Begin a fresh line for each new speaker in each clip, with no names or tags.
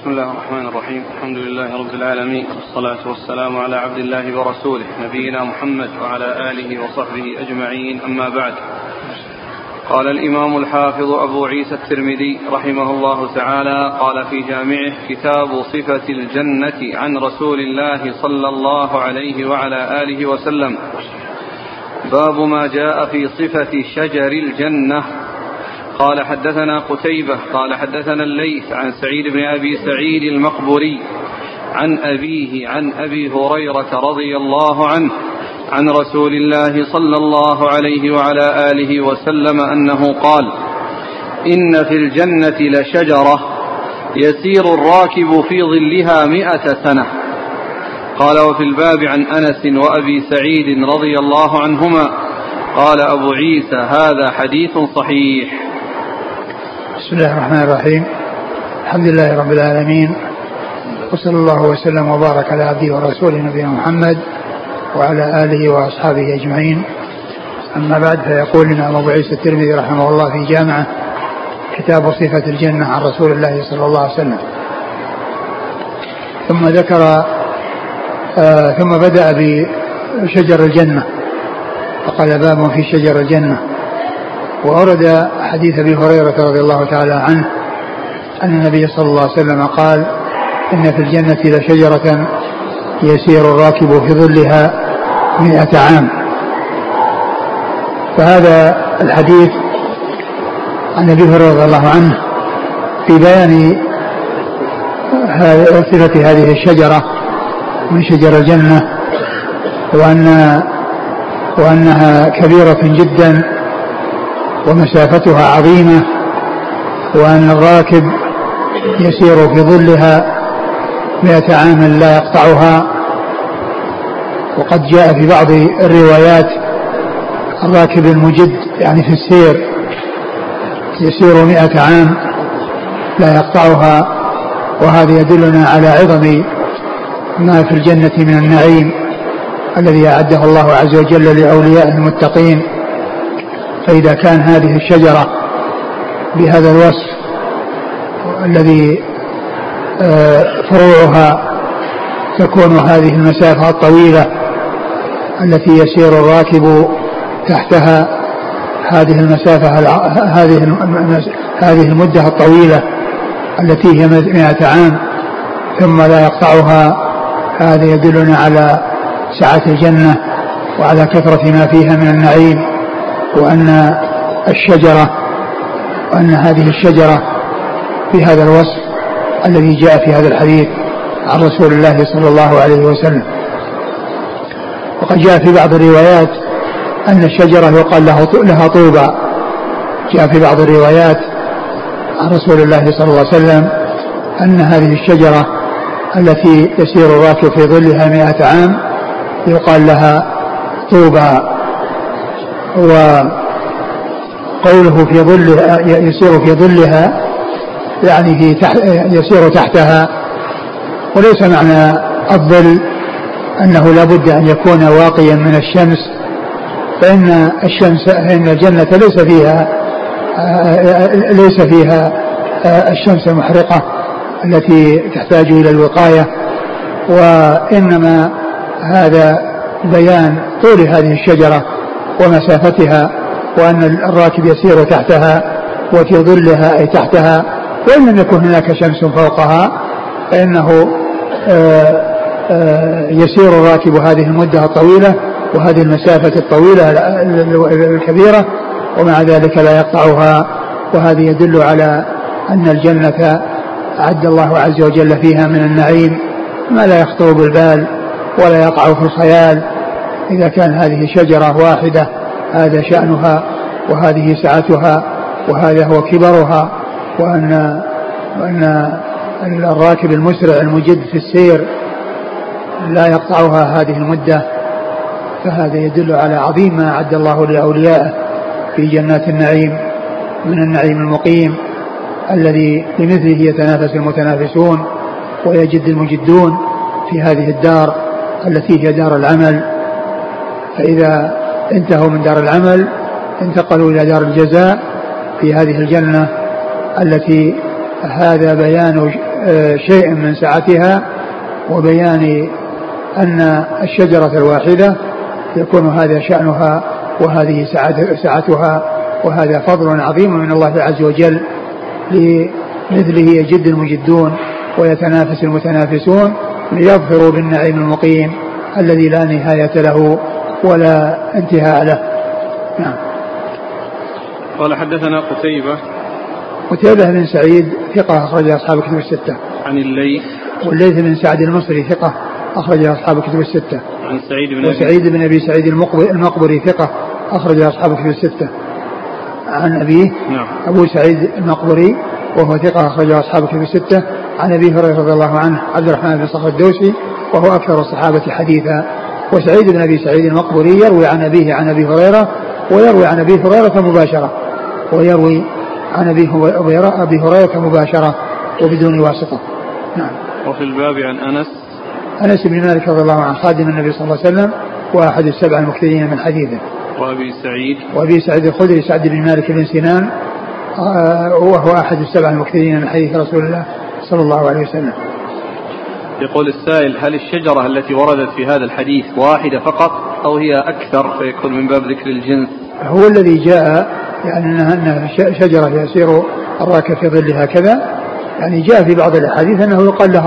بسم الله الرحمن الرحيم. الحمد لله رب العالمين، والصلاة والسلام على عبد الله ورسوله نبينا محمد وعلى آله وصحبه أجمعين، أما بعد. قال الإمام الحافظ أبو عيسى الترمذي رحمه الله تعالى قال في جامعه: كتاب صفة الجنة عن رسول الله صلى الله عليه وعلى آله وسلم. باب ما جاء في صفة شجر الجنة. قال حدثنا قتيبة قال حدثنا الليث عن سعيد بن أبي سعيد المقبوري عن أبيه عن أبي هريرة رضي الله عنه عن رسول الله صلى الله عليه وعلى آله وسلم أنه قال: إن في الجنة لشجرة يسير الراكب في ظلها 100 سنة. قال: وفي الباب عن أنس وأبي سعيد رضي الله عنهما. قال أبو عيسى: هذا حديث صحيح.
بسم الله الرحمن الرحيم. الحمد لله رب العالمين، وصلى الله وسلم وبارك على عبده ورسوله نبينا محمد وعلى آله وأصحابه أجمعين، أما بعد. فيقول لنا أبو عيسى الترمذي رحمه الله في جامعه: كتاب صفة الجنة عن رسول الله صلى الله عليه وسلم. ثم ذكر ثم بدأ بشجر الجنة، فقال: باب في شجر الجنة. وأورد حديث أبي هريرة رضي الله تعالى عنه أن النبي صلى الله عليه وسلم قال: إن في الجنة لشجرة يسير الراكب في ظلها 100 عام. فهذا الحديث عن أبي هريرة رضي الله عنه في بيان صفة هذه الشجرة من شجر الجنة، وأنها كبيرة جدا ومسافتها عظيمة، وأن الراكب يسير في ظلها 100 عام لا يقطعها. وقد جاء في بعض الروايات: الراكب المجد، يعني في السير، يسير 100 عام لا يقطعها. وهذا يدلنا على عظم ما في الجنة من النعيم الذي أعده الله عز وجل لأولياء المتقين. فإذا كان هذه الشجرة بهذا الوصف الذي فروعها تكون هذه المسافة الطويلة التي يسير الراكب تحتها، هذه المدة الطويلة التي هي 100 عام ثم لا يقطعها، هذا يدلنا على سعة الجنة وعلى كثرة ما فيها من النعيم، وأن هذه الشجرة بهذا الوصف الذي جاء في هذا الحديث عن رسول الله صلى الله عليه وسلم. وقد جاء في بعض الروايات أن الشجرة يقال لها طوبى. جاء في بعض الروايات عن رسول الله صلى الله عليه وسلم أن هذه الشجرة التي يسير الراكب في ظلها 100 عام يقال لها طوبى. وقوله في ظلها، يسير في ظلها، يعني يسير تحتها. وليس معنى الظل أنه لا بد أن يكون واقيا من الشمس، فإن الجنة ليس فيها الشمس المحرقة التي تحتاج إلى الوقاية، وإنما هذا بيان طول هذه الشجرة ومسافتها، وأن الراكب يسير تحتها وفي ظلها أي تحتها، وإن لم يكن هناك شمس فوقها فإنه يسير الراكب هذه المدة الطويلة وهذه المسافة الطويلة الكبيرة، ومع ذلك لا يقطعها. وهذا يدل على أن الجنة أعد الله عز وجل فيها من النعيم ما لا يخطر بالبال ولا يقع في الخيال. إذا كان هذه شجرة واحدة هذا شأنها وهذه سعتها وهذا هو كبرها، وأن الراكب المسرع المجد في السير لا يقطعها هذه المدة، فهذا يدل على عظيم ما أعد الله لأوليائه في جنات النعيم من النعيم المقيم الذي لمثله يتنافس المتنافسون ويجد المجدون في هذه الدار التي هي دار العمل. فإذا انتهوا من دار العمل انتقلوا إلى دار الجزاء في هذه الجنة التي هذا بيان شيء من سعتها وبيان أن الشجرة الواحدة يكون هذا شأنها وهذه سعتها، وهذا فضل عظيم من الله عز وجل. لمثله يجد المجدون ويتنافس المتنافسون ليظفروا بالنعيم المقيم الذي لا نهاية له ولا انتهاء له. نعم.
قال حدثنا
قتيبة بن سعيد ثقة أخرج أصحاب الكتب الستة.
عن
والليث بن سعد المصري ثقة أخرج أصحاب الكتب الستة.
عن
سعيد بن أبي سعيد المقبري ثقة أخرج أصحاب الكتب الستة. عن أبيه
نعم.
أبو سعيد المقبري وهو ثقة أخرج أصحاب الكتب الستة. عن أبي هريرة رضي الله عنه عبد الرحمن بن صخر الدوسي وهو أكثر الصحابة حديثا. وسعيد بن أبي سعيد المقبري يروي عن أبيه عن أبي هريرة ويروي عن أبي هريرة مباشرة أبي هريرة مباشرة وبدون واسطة. نعم.
وفي الباب عن
أنس بن مالك رضي الله عنه خادم النبي صلى الله عليه وسلم وأحد السبع المكثرين من حديثه. وأبي سعيد الخدري سعد بن مالك بن سنان وهو أحد السبع المكثرين من حديث رسول الله صلى الله عليه وسلم.
يقول السائل: هل الشجرة التي وردت في هذا الحديث واحدة فقط أو هي أكثر فيكون من باب ذكر الجنس؟
هو الذي جاء يعني أنها شجرة يسير الراكب في ظلها كذا، يعني جاء في بعض الأحاديث أنه يقال لها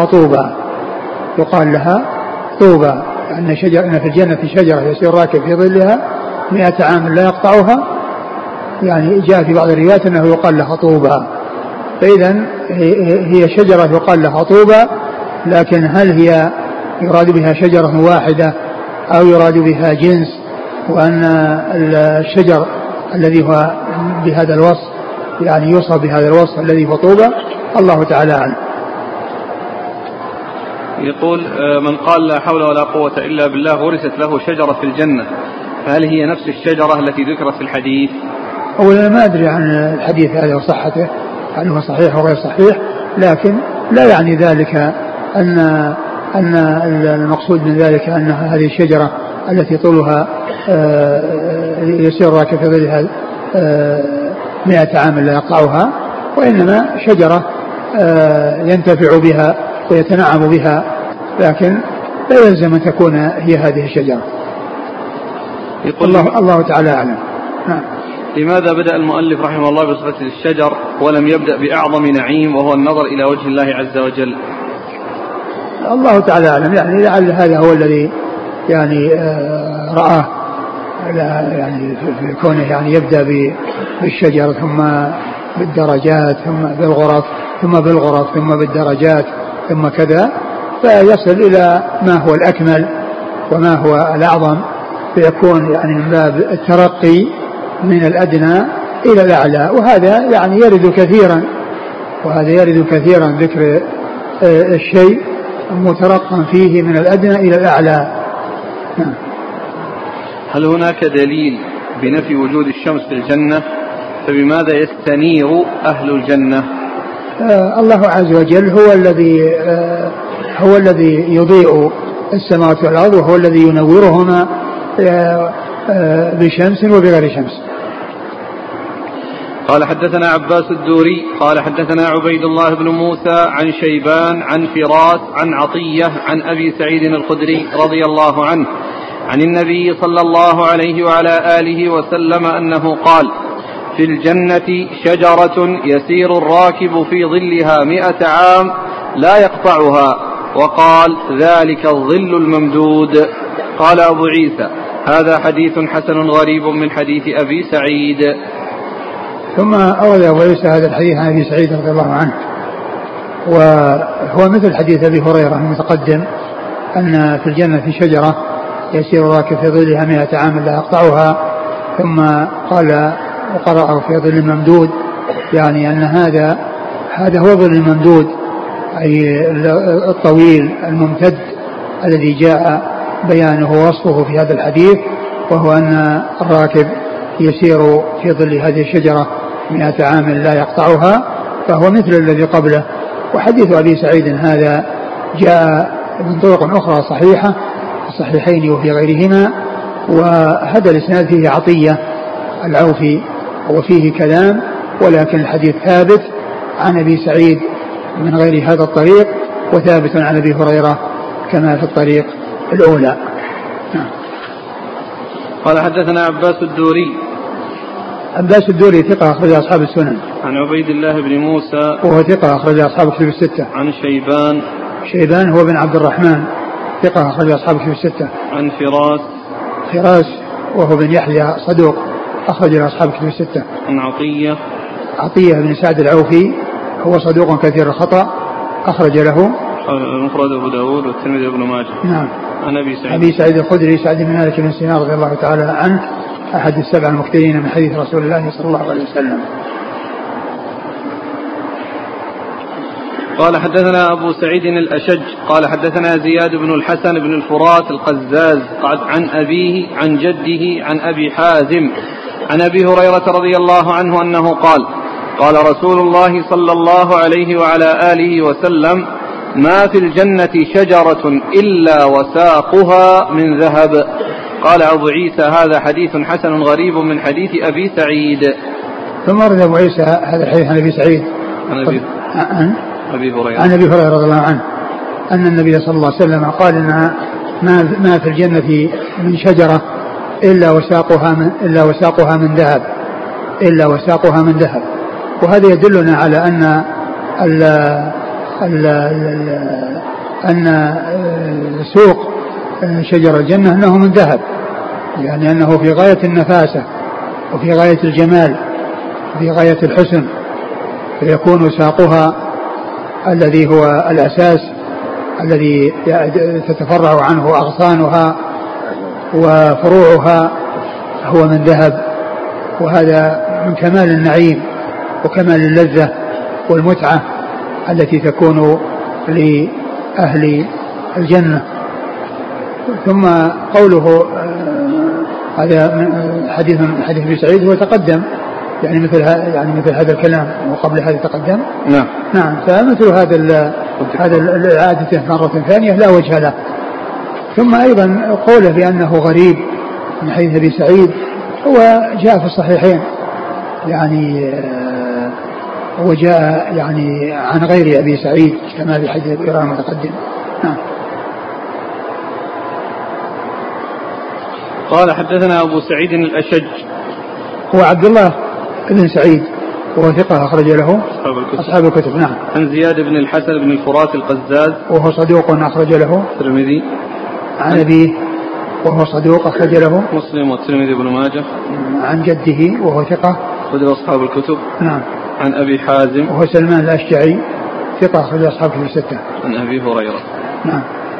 طوبى أن في الجنة شجرة يسير الراكب في ظلها 100 عام لا يقطعها، يعني جاء في بعض الروايات أنه يقال لها طوبى. فإذا هي شجرة يقال لها طوبى، لكن هل هي يراد بها شجرة واحدة أو يراد بها جنس، وأن الشجر الذي هو بهذا الوصف يعني يوصف بهذا الوصف الذي هو طوبى، الله تعالى عنه.
يقول: من قال لا حول ولا قوة إلا بالله ورثت له شجرة في الجنة، فهل هي نفس الشجرة التي ذكرت في الحديث؟
أولا ما أدري عن الحديث هذا وصحته، هل هو صحيح أو غير صحيح، لكن لا يعني ذلك أن المقصود من ذلك أن هذه الشجرة التي طولها يسير راكب في ظلها 100 عام لا يقطعها، وإنما شجرة ينتفع بها ويتنعم بها، لكن لا يلزم أن تكون هي هذه الشجرة. الله تعالى أعلم.
لماذا بدأ المؤلف رحمه الله بصفة الشجر ولم يبدأ بأعظم نعيم وهو النظر إلى وجه الله عز وجل؟
الله تعالى أعلم، يعني لعل هذا هو الذي يعني رآه يعني في كونه يعني يبدأ بالشجر ثم بالدرجات ثم بالغرف ثم بالدرجات ثم كذا، فيصل إلى ما هو الأكمل وما هو الأعظم، فيكون يعني من باب الترقي من الأدنى إلى الأعلى. وهذا يعني يرد كثيرا ذكر الشيء مترقا فيه من الأدنى إلى الأعلى.
هل هناك دليل بنفي وجود الشمس في الجنة؟ فبماذا يستنير أهل الجنة؟
الله عز وجل هو الذي يضيء السماوات والأرض، وهو الذي ينورهما بشمس وبغير شمس.
قال حدثنا عباس الدوري قال حدثنا عبيد الله بن موسى عن شيبان عن فراس عن عطية عن أبي سعيد الخدري رضي الله عنه عن النبي صلى الله عليه وعلى آله وسلم أنه قال: في الجنة شجرة يسير الراكب في ظلها 100 عام لا يقطعها، وقال: ذلك الظل الممدود. قال أبو عيسى: هذا حديث حسن غريب من حديث أبي سعيد.
ثم أورد أبو عيسى هذا الحديث عن أبي سعيد رضي الله عنه، وهو مثل حديث أبي هريرة المتقدم أن في الجنة شجرة يسير الراكب في ظلها 100 عام لا يقطعها، ثم قال وقرأه في ظل الممدود، يعني أن هذا هو ظل الممدود، أي الطويل الممتد الذي جاء بيانه ووصفه في هذا الحديث، وهو أن الراكب يسير في ظل هذه الشجرة 100 عام لا يقطعها، فهو مثل الذي قبله. وحديث أبي سعيد هذا جاء من طرق أخرى صحيحة في الصحيحين وفي غيرهما، وهذا الإسناد فيه عطية العوفي وفيه كلام، ولكن الحديث ثابت عن أبي سعيد من غير هذا الطريق، وثابت عن أبي هريرة كما في الطريق الأولى.
قال حدثنا عباس الدوري.
عباس الدوري ثقة أخرج أصحاب السنن.
عن عبيد الله بن موسى
وهو ثقة أخرج أصحاب الكتب الستة.
عن شيبان
هو بن عبد الرحمن ثقة أخرج أصحاب الكتب الستة.
عن
فراس وهو بن يحيى صدوق أخرج أصحاب الكتب الستة.
عن
عطية بن سعد العوفي هو صدوق كثير الخطأ أخرج له
المفرد أبو داود والترمذي وابن ماجه.
نعم.
عن
أبي سعيد الخدري سعد بن مالك بن سنان رضي الله تعالى عنه أحد السبع المكثرين من حديث رسول الله صلى الله عليه وسلم.
قال حدثنا أبو سعيد الأشج قال حدثنا زياد بن الحسن بن الفرات القزاز عن أبيه عن جده عن أبي حازم عن أبي هريرة رضي الله عنه أنه قال قال رسول الله صلى الله عليه وعلى آله وسلم ما في الجنة شجرة إلا وساقها من ذهب. قال أبو عيسى هذا حديث حسن غريب من حديث أبي سعيد.
ثم ورد أبو عيسى هذا الحديث عن أبي سعيد
عن أبي
هريرة رضي الله عنه أن النبي صلى الله عليه وسلم قال إن ما في الجنة من شجرة إلا وساقها من ذهب. وهذا يدلنا على أن سوق شجر الجنة أنه من ذهب، يعني أنه في غاية النفاسة وفي غاية الجمال وفي غاية الحسن، فيكون ساقها الذي هو الأساس الذي تتفرع عنه أغصانها وفروعها هو من ذهب. وهذا من كمال النعيم وكمال اللذة والمتعة التي تكون لأهل الجنة. ثم قوله هذا حديث أبي سعيد هو تقدم يعني مثل هذا الكلام وقبل هذا تقدم. نعم. فمثل هذا العادة مرة ثانية لا وجه له. ثم أيضا قوله بأنه غريب من حديث أبي سعيد هو جاء في الصحيحين، يعني وجاء يعني عن غير أبي سعيد كما في حديث أبي هريرة المتقدم.
قال حدثنا أبو سعيد الأشج
هو عبد الله بن سعيد وهو ثقة أخرج له أصحاب الكتب. نعم.
عن زياد بن الحسن بن الفرات القزاز وهو
صدوق أخرج له
الترمذي.
عن أبيه وهو صدوق أخرج له
مسلم والترمذي بن ماجه.
عن جده وهو ثقة
أخرج أصحاب الكتب.
نعم.
عن أبي حازم
وهو سلمان الأشجعي ثقة أخرج أصحاب الكتب الستة.
عن أبي هريرة.
نعم.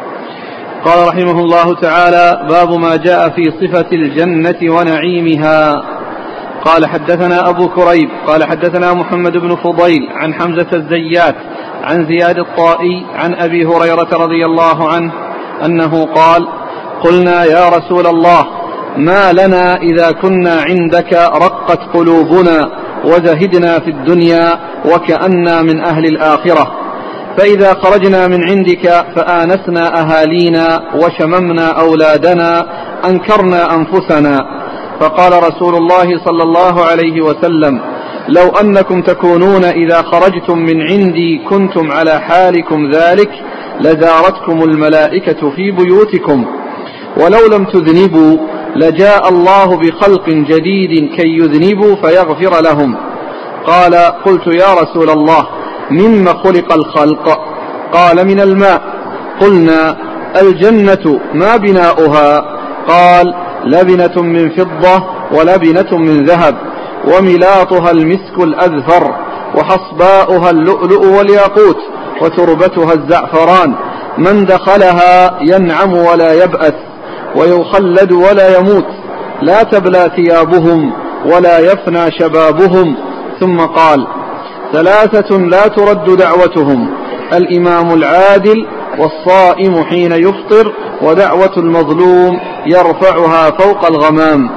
قال رحمه الله تعالى باب ما جاء في صفة الجنة ونعيمها. قال حدثنا أبو كريب قال حدثنا محمد بن فضيل عن حمزة الزيات عن زياد الطائي عن أبي هريرة رضي الله عنه أنه قال قلنا يا رسول الله ما لنا إذا كنا عندك رقت قلوبنا وزهدنا في الدنيا وكأننا من أهل الآخرة، فإذا خرجنا من عندك فآنسنا أهالينا وشممنا أولادنا أنكرنا أنفسنا. فقال رسول الله صلى الله عليه وسلم لو أنكم تكونون إذا خرجتم من عندي كنتم على حالكم ذلك لزارتكم الملائكة في بيوتكم، ولو لم تذنبوا لجاء الله بخلق جديد كي يذنبوا فيغفر لهم. قال قلت يا رسول الله مما خلق الخلق؟ قال من الماء. قلنا الجنة ما بناؤها؟ قال لبنة من فضة ولبنة من ذهب وملاطها المسك الأذفر وحصباؤها اللؤلؤ والياقوت وتربتها الزعفران، من دخلها ينعم ولا يبأس ويخلد ولا يموت، لا تبلى ثيابهم ولا يفنى شبابهم. ثم قال ثلاثة لا ترد دعوتهم: الإمام العادل والصائم حين يفطر ودعوة المظلوم يرفعها فوق الغمام،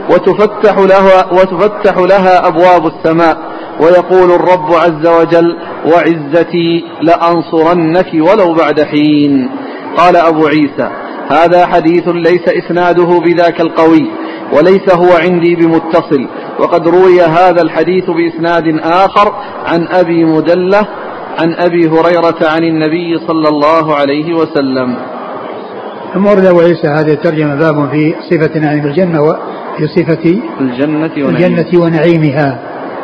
وتفتح لها أبواب السماء، ويقول الرب عز وجل وعزتي لأنصرنك ولو بعد حين. قال أبو عيسى هذا حديث ليس إسناده بذاك القوي وليس هو عندي بمتصل، وقد روي هذا الحديث بإسناد آخر عن أبي مدلة عن أبي هريرة عن النبي صلى الله عليه وسلم.
ثم ورد أبو عيسى هذه الترجمة باب في صفة نعيم الجنة وفي صفة الجنة ونعيمها.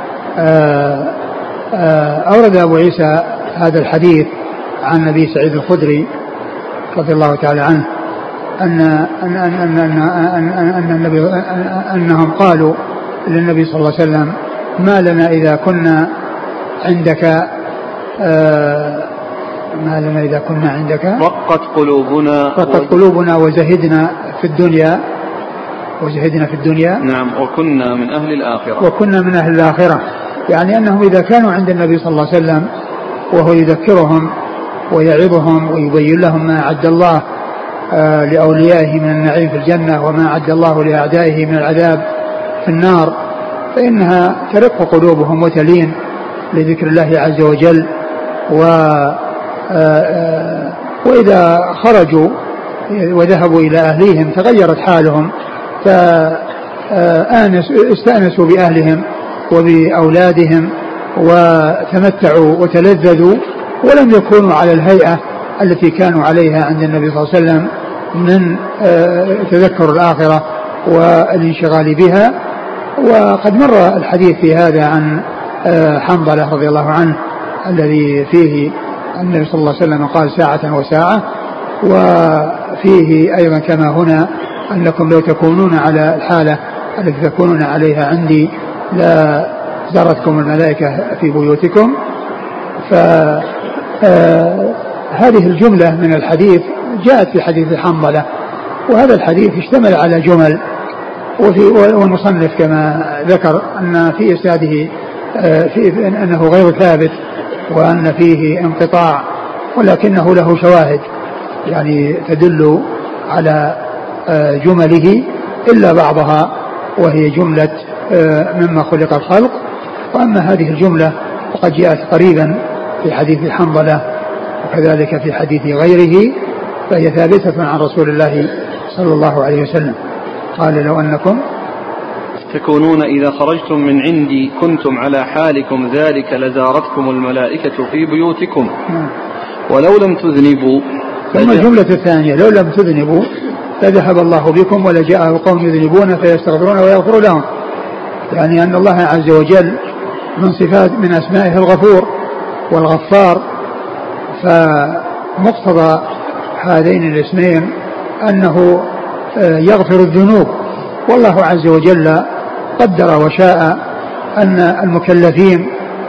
أورد أبو عيسى هذا الحديث عن النبي سعيد الخدري رضي الله تعالى عنه أنهم قالوا للنبي صلى الله عليه وسلم ما لنا إذا كنا عندك رقت قلوبنا وزهدنا في الدنيا
نعم وكنا من أهل الآخرة.
يعني أنهم إذا كانوا عند النبي صلى الله عليه وسلم وهو يذكرهم ويعظهم ويبين لهم ما أعد الله لأوليائه من النعيم في الجنة وما أعد الله لأعدائه من العذاب في النار فإنها ترق قلوبهم وتلين لذكر الله عز وجل. وإذا خرجوا وذهبوا إلى أهليهم تغيرت حالهم استأنسوا بأهلهم وبأولادهم وتمتعوا وتلذذوا ولم يكونوا على الهيئة التي كانوا عليها عند النبي صلى الله عليه وسلم من تذكر الآخرة والانشغال بها. وقد مر الحديث في هذا عن حنظلة رضي الله عنه الذي فيه النبي صلى الله عليه وسلم قال ساعة وساعة. وفيه أيضا كما هنا أنكم لو تكونون على الحالة التي تكونون عليها عندي لا زارتكم الملائكة في بيوتكم. فهذه الجملة من الحديث جاءت في حديث حنظلة وهذا الحديث اشتمل على جمل. والمصنف كما ذكر أن في إسناده أنه غير ثابت وأن فيه انقطاع ولكنه له شواهد يعني تدل على جمله إلا بعضها وهي جملة مما خلق الخلق. وأما هذه الجملة وقد جاءت قريبا في حديث حنظلة وكذلك في حديث غيره فهي ثابتة عن رسول الله صلى الله عليه وسلم قال لو أنكم
تكونون إذا خرجتم من عندي كنتم على حالكم ذلك لزارتكم الملائكة في بيوتكم ولو لم تذنبوا.
ثم الجملة الثانية لو لم تذنبوا فذهب الله بكم ولجاءه قوم يذنبون فيستغفرون ويغفر لهم. يعني أن الله عز وجل من أسمائه الغفور والغفار فمقتضى هذين الاسمين أنه يغفر الذنوب. والله عز وجل قدر وشاء أن المكلفين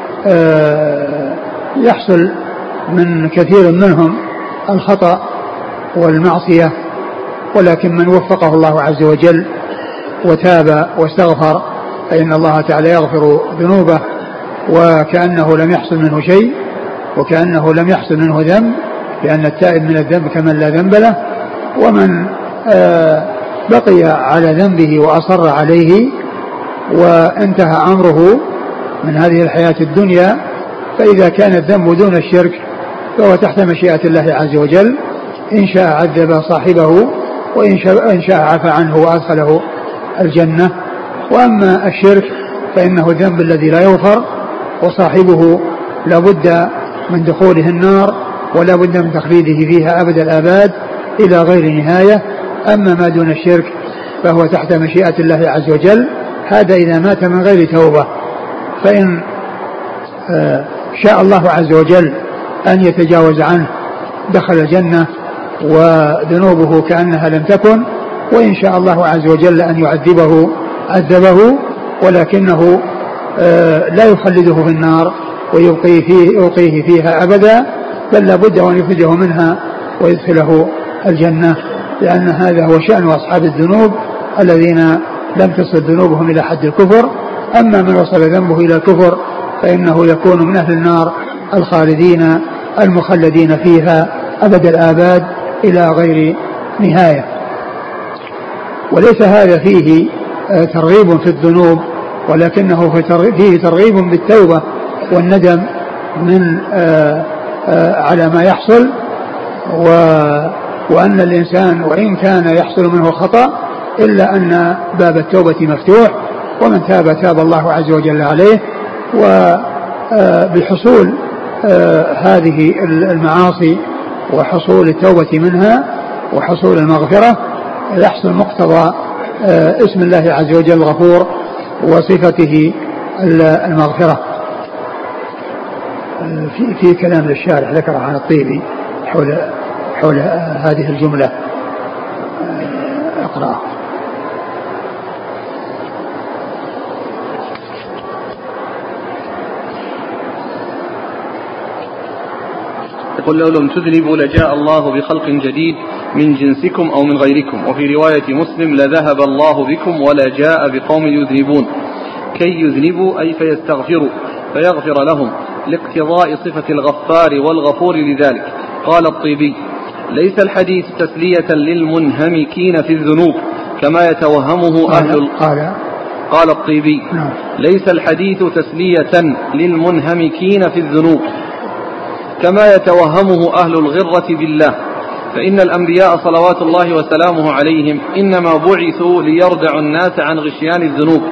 يحصل من كثير منهم الخطأ والمعصية ولكن من وفقه الله عز وجل وتاب واستغفر فإن الله تعالى يغفر ذنوبه وكأنه لم يحصل منه شيء وكأنه لم يحصل منه ذنب لأن التائب من الذنب كمن لا ذنب له. ومن بقي على ذنبه وأصر عليه وانتهى أمره من هذه الحياة الدنيا فإذا كان الذنب دون الشرك فهو تحت مشيئة الله عز وجل إن شاء عذب صاحبه وإن شاء عفى عنه وأدخله الجنة. وأما الشرك فإنه الذنب الذي لا يغفر وصاحبه لا بد من دخوله النار ولا بد من تخليده فيها أبد الآباد إلى غير نهاية. أما ما دون الشرك فهو تحت مشيئة الله عز وجل. هذا إذا مات من غير توبة فإن شاء الله عز وجل أن يتجاوز عنه دخل الجنة وذنوبه كأنها لم تكن وإن شاء الله عز وجل أن يعذبه عذبه ولكنه لا يخلده في النار ويبقيه فيها أبدا بل لابد أن يخرجه منها ويدخله الجنة لأن هذا هو شأن أصحاب الذنوب الذين لم تصل ذنوبهم إلى حد الكفر. أما من وصل ذنبه إلى الكفر فإنه يكون من أهل النار الخالدين المخلدين فيها أبد الآباد إلى غير نهاية. وليس هذا فيه ترغيب في الذنوب ولكنه فيه ترغيب بالتوبة والندم من على ما يحصل وأن الإنسان وإن كان يحصل منه خطأ إلا أن باب التوبة مفتوح ومن تاب تاب الله عز وجل عليه. وبحصول هذه المعاصي وحصول التوبة منها وحصول المغفرة يحصل مقتضى اسم الله عز وجل الغفور وصفته المغفرة. في كلام للشارح ذكره عن الطيبي حول هذه الجملة، اقرأ.
يقول لو لم تذنبوا لجاء الله بخلق جديد من جنسكم أو من غيركم، وفي رواية مسلم لذهب الله بكم ولا جاء بقوم يذنبون كي يذنبوا أي فيستغفروا فيغفر لهم لاقتضاء صفة الغفار والغفور لذلك. قال الطيبي ليس الحديث تسلية للمنهمكين في الذنوب كما يتوهمه قال الطيبي ليس الحديث تسلية للمنهمكين في الذنوب كما يتوهمه أهل الغرة بالله، فإن الأنبياء صلوات الله وسلامه عليهم إنما بعثوا ليردعوا الناس عن غشيان الذنوب،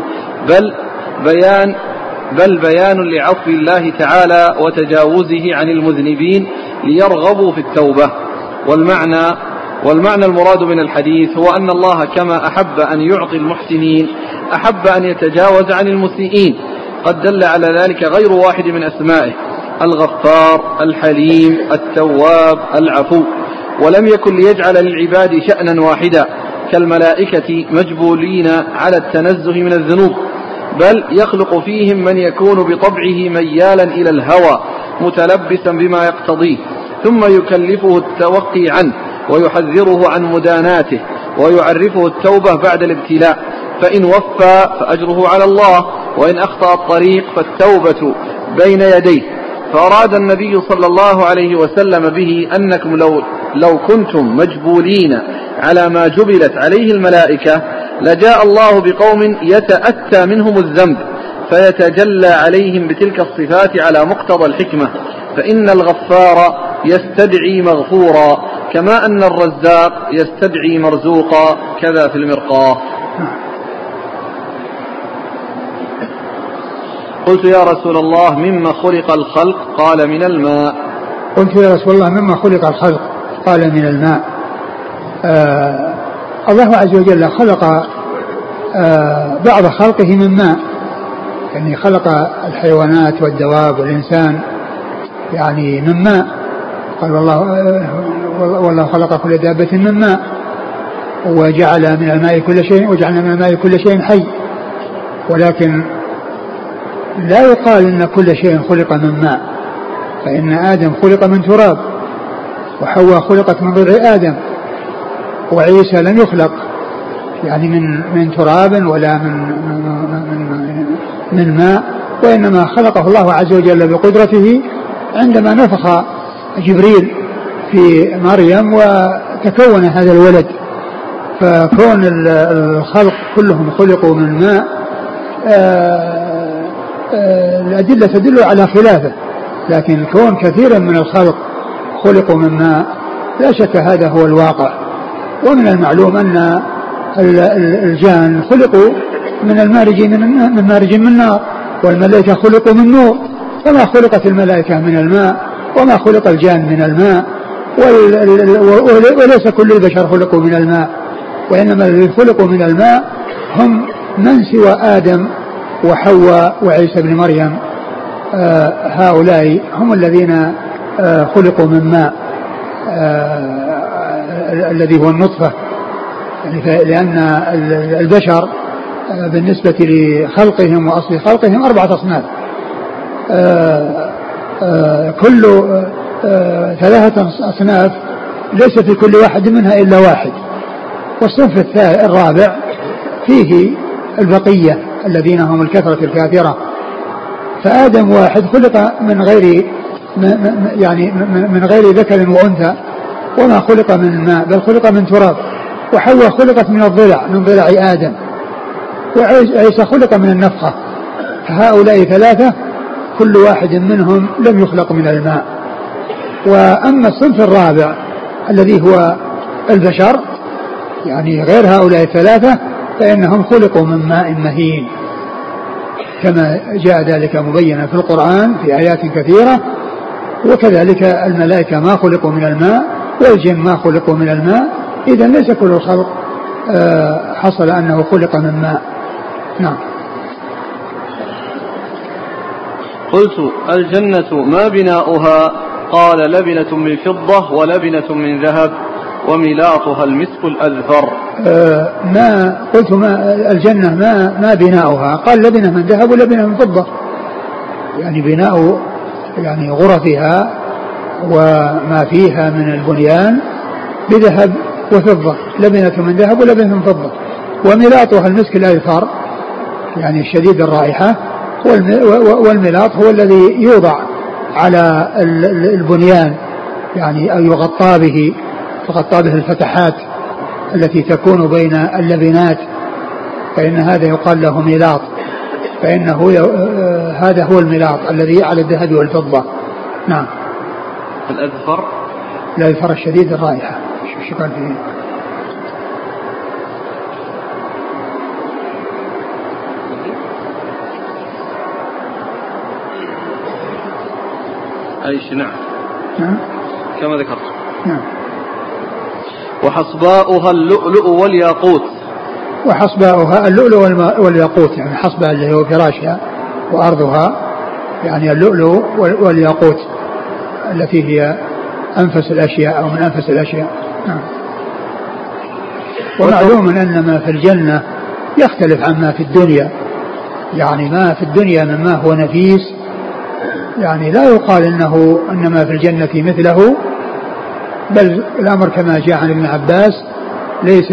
بل بيان لعفو الله تعالى وتجاوزه عن المذنبين ليرغبوا في التوبة. والمعنى المراد من الحديث هو أن الله كما أحب أن يعطي المحسنين أحب أن يتجاوز عن المسيئين، قد دل على ذلك غير واحد من أسمائه: الغفار، الحليم، التواب، العفو، ولم يكن ليجعل للعباد شأنا واحدا كالملائكة مجبولين على التنزه من الذنوب، بل يخلق فيهم من يكون بطبعه ميالا إلى الهوى متلبسا بما يقتضيه، ثم يكلفه التوقي عنه ويحذره عن مداناته ويعرفه التوبة بعد الابتلاء، فإن وفى فأجره على الله، وإن أخطأ الطريق فالتوبة بين يديه. فأراد النبي صلى الله عليه وسلم به أنكم لو كنتم مجبولين على ما جبلت عليه الملائكة لجاء الله بقوم يتأتى منهم الذنب فيتجلى عليهم بتلك الصفات على مقتضى الحكمة، فإن الغفار يستدعي مغفورا كما أن الرزاق يستدعي مرزوقا، كذا في المرقاة. قلت يا رسول الله مما خلق الخلق؟ قال من الماء.
قلت يا رسول الله مما خلق الخلق؟ قال من الماء. الله عز وجل خلق بعض خلقه من ماء، يعني خلق الحيوانات والدواب والإنسان يعني من ماء. قال والله خلق كل دابة من ماء وجعل من الماء كل شيء وجعلنا من الماء كل شيء حي، ولكن لا يقال إن كل شيء خلق من ماء، فإن آدم خلق من تراب وحواء خلقت من ضلع آدم، وعيسى لم يخلق يعني من تراب ولا من ماء، وإنما خلقه الله عز وجل بقدرته عندما نفخ جبريل في مريم وتكون هذا الولد. فكون الخلق كلهم خلقوا من ماء الأدلة تدل على خلافه، لكن كون كثيرا من الخلق خلقوا من ماء لا شك هذا هو الواقع. ومن المعلوم أن الجان خلقوا من المارج من نار، والملائكة خلقوا من نور، فما خلقت الملائكة من الماء وما خلق الجان من الماء، وليس كل البشر خلقوا من الماء، وإنما الذين خلقوا من الماء هم من سوى آدم وحواء وعيسى بن مريم، هؤلاء هم الذين خلقوا من ماء الذي هو النطفة، يعني لأن البشر بالنسبة لخلقهم وأصل خلقهم 4 أصناف، كل 3 أصناف ليس في كل واحد منها إلا واحد، والصنف الرابع فيه البقية الذين هم الكثرة الكافرة. فآدم واحد خلق من غير ذكر وأنثى، وما خلق من الماء بل خلق من تراب، وحواء خلقت من ضلع آدم، وعيسى خلق من النفخة. فهؤلاء 3 كل واحد منهم لم يخلق من الماء. وأما الصنف الرابع الذي هو البشر يعني غير هؤلاء 3 فإنهم خلقوا من ماء مهين، كما جاء ذلك مبينا في القرآن في آيات كثيرة، وكذلك الملائكة ما خلقوا من الماء والجن ما خلقوا من الماء، إذا ليس كل الخلق حصل أنه خلق من ماء. نعم.
قلت الجنة ما بناؤها؟ قال لبنة من فضة ولبنة من ذهب وملاطها المسك الأذفر.
ما قلت ما الجنة ما بناؤها؟ قال لبنة من ذهب ولبنة من فضة، يعني بناء يعني غرفها وما فيها من البنيان بذهب وفضة، لبنة من ذهب ولبنة من فضة، وملاطها المسك الأذفر يعني شديد الرائحة. والملاط هو الذي يوضع على البنيان يعني أو تغطى به الفتحات التي تكون بين اللبنات، فإن هذا يقال له ملاط، فإنه هذا هو الملاط الذي على الذهب والفضة. نعم. الأذفر الشديد الرائحة. شو قال فيه؟
أيش؟ نعم.
نعم
كما ذكرت.
نعم.
وحصباؤها اللؤلؤ والياقوت.
وحصباؤها اللؤلؤ والياقوت، يعني حصباء اللي هو فراشها، وأرضها يعني اللؤلؤ والياقوت التي هي أنفس الأشياء أو من أنفس الأشياء. نعم. ومعلوم أن ما في الجنة يختلف عما في الدنيا، يعني ما في الدنيا مما هو نفيس يعني لا يقال أن ما في الجنة مثله، بل الأمر كما جاء عن ابن عباس ليس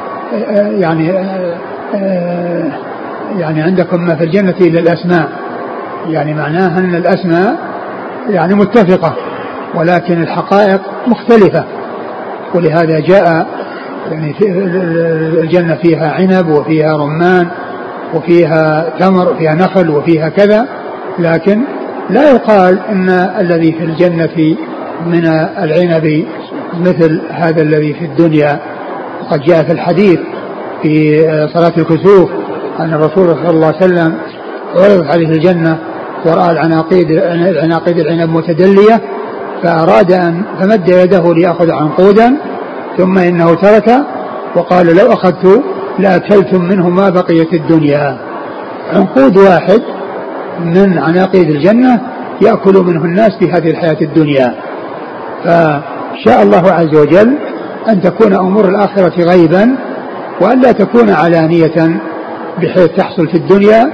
يعني عندكم ما في الجنة إلا الأسماء، يعني معناها أن الأسماء يعني متفقة ولكن الحقائق مختلفة. ولهذا جاء يعني في الجنة فيها عنب وفيها رمان وفيها تمر وفيها نخل وفيها كذا، لكن لا يقال أن الذي في الجنة من العنب مثل هذا الذي في الدنيا. وقد جاء في الحديث في صلاة الكسوف أن الرسول صلى الله عليه وسلم عرض عليه الجنة ورأى العناقيد العنب متدلية، فأراد أن فمد يده ليأخذ عنقودا، ثم إنه ترك وقال لو أخذت لأكلتم منه ما بقيت الدنيا. عنقود واحد من عناقيد الجنة يأكل منه الناس في هذه الحياة الدنيا. فشاء الله عز وجل أن تكون أمور الآخرة غيبا وأن لا تكون علانية بحيث تحصل في الدنيا،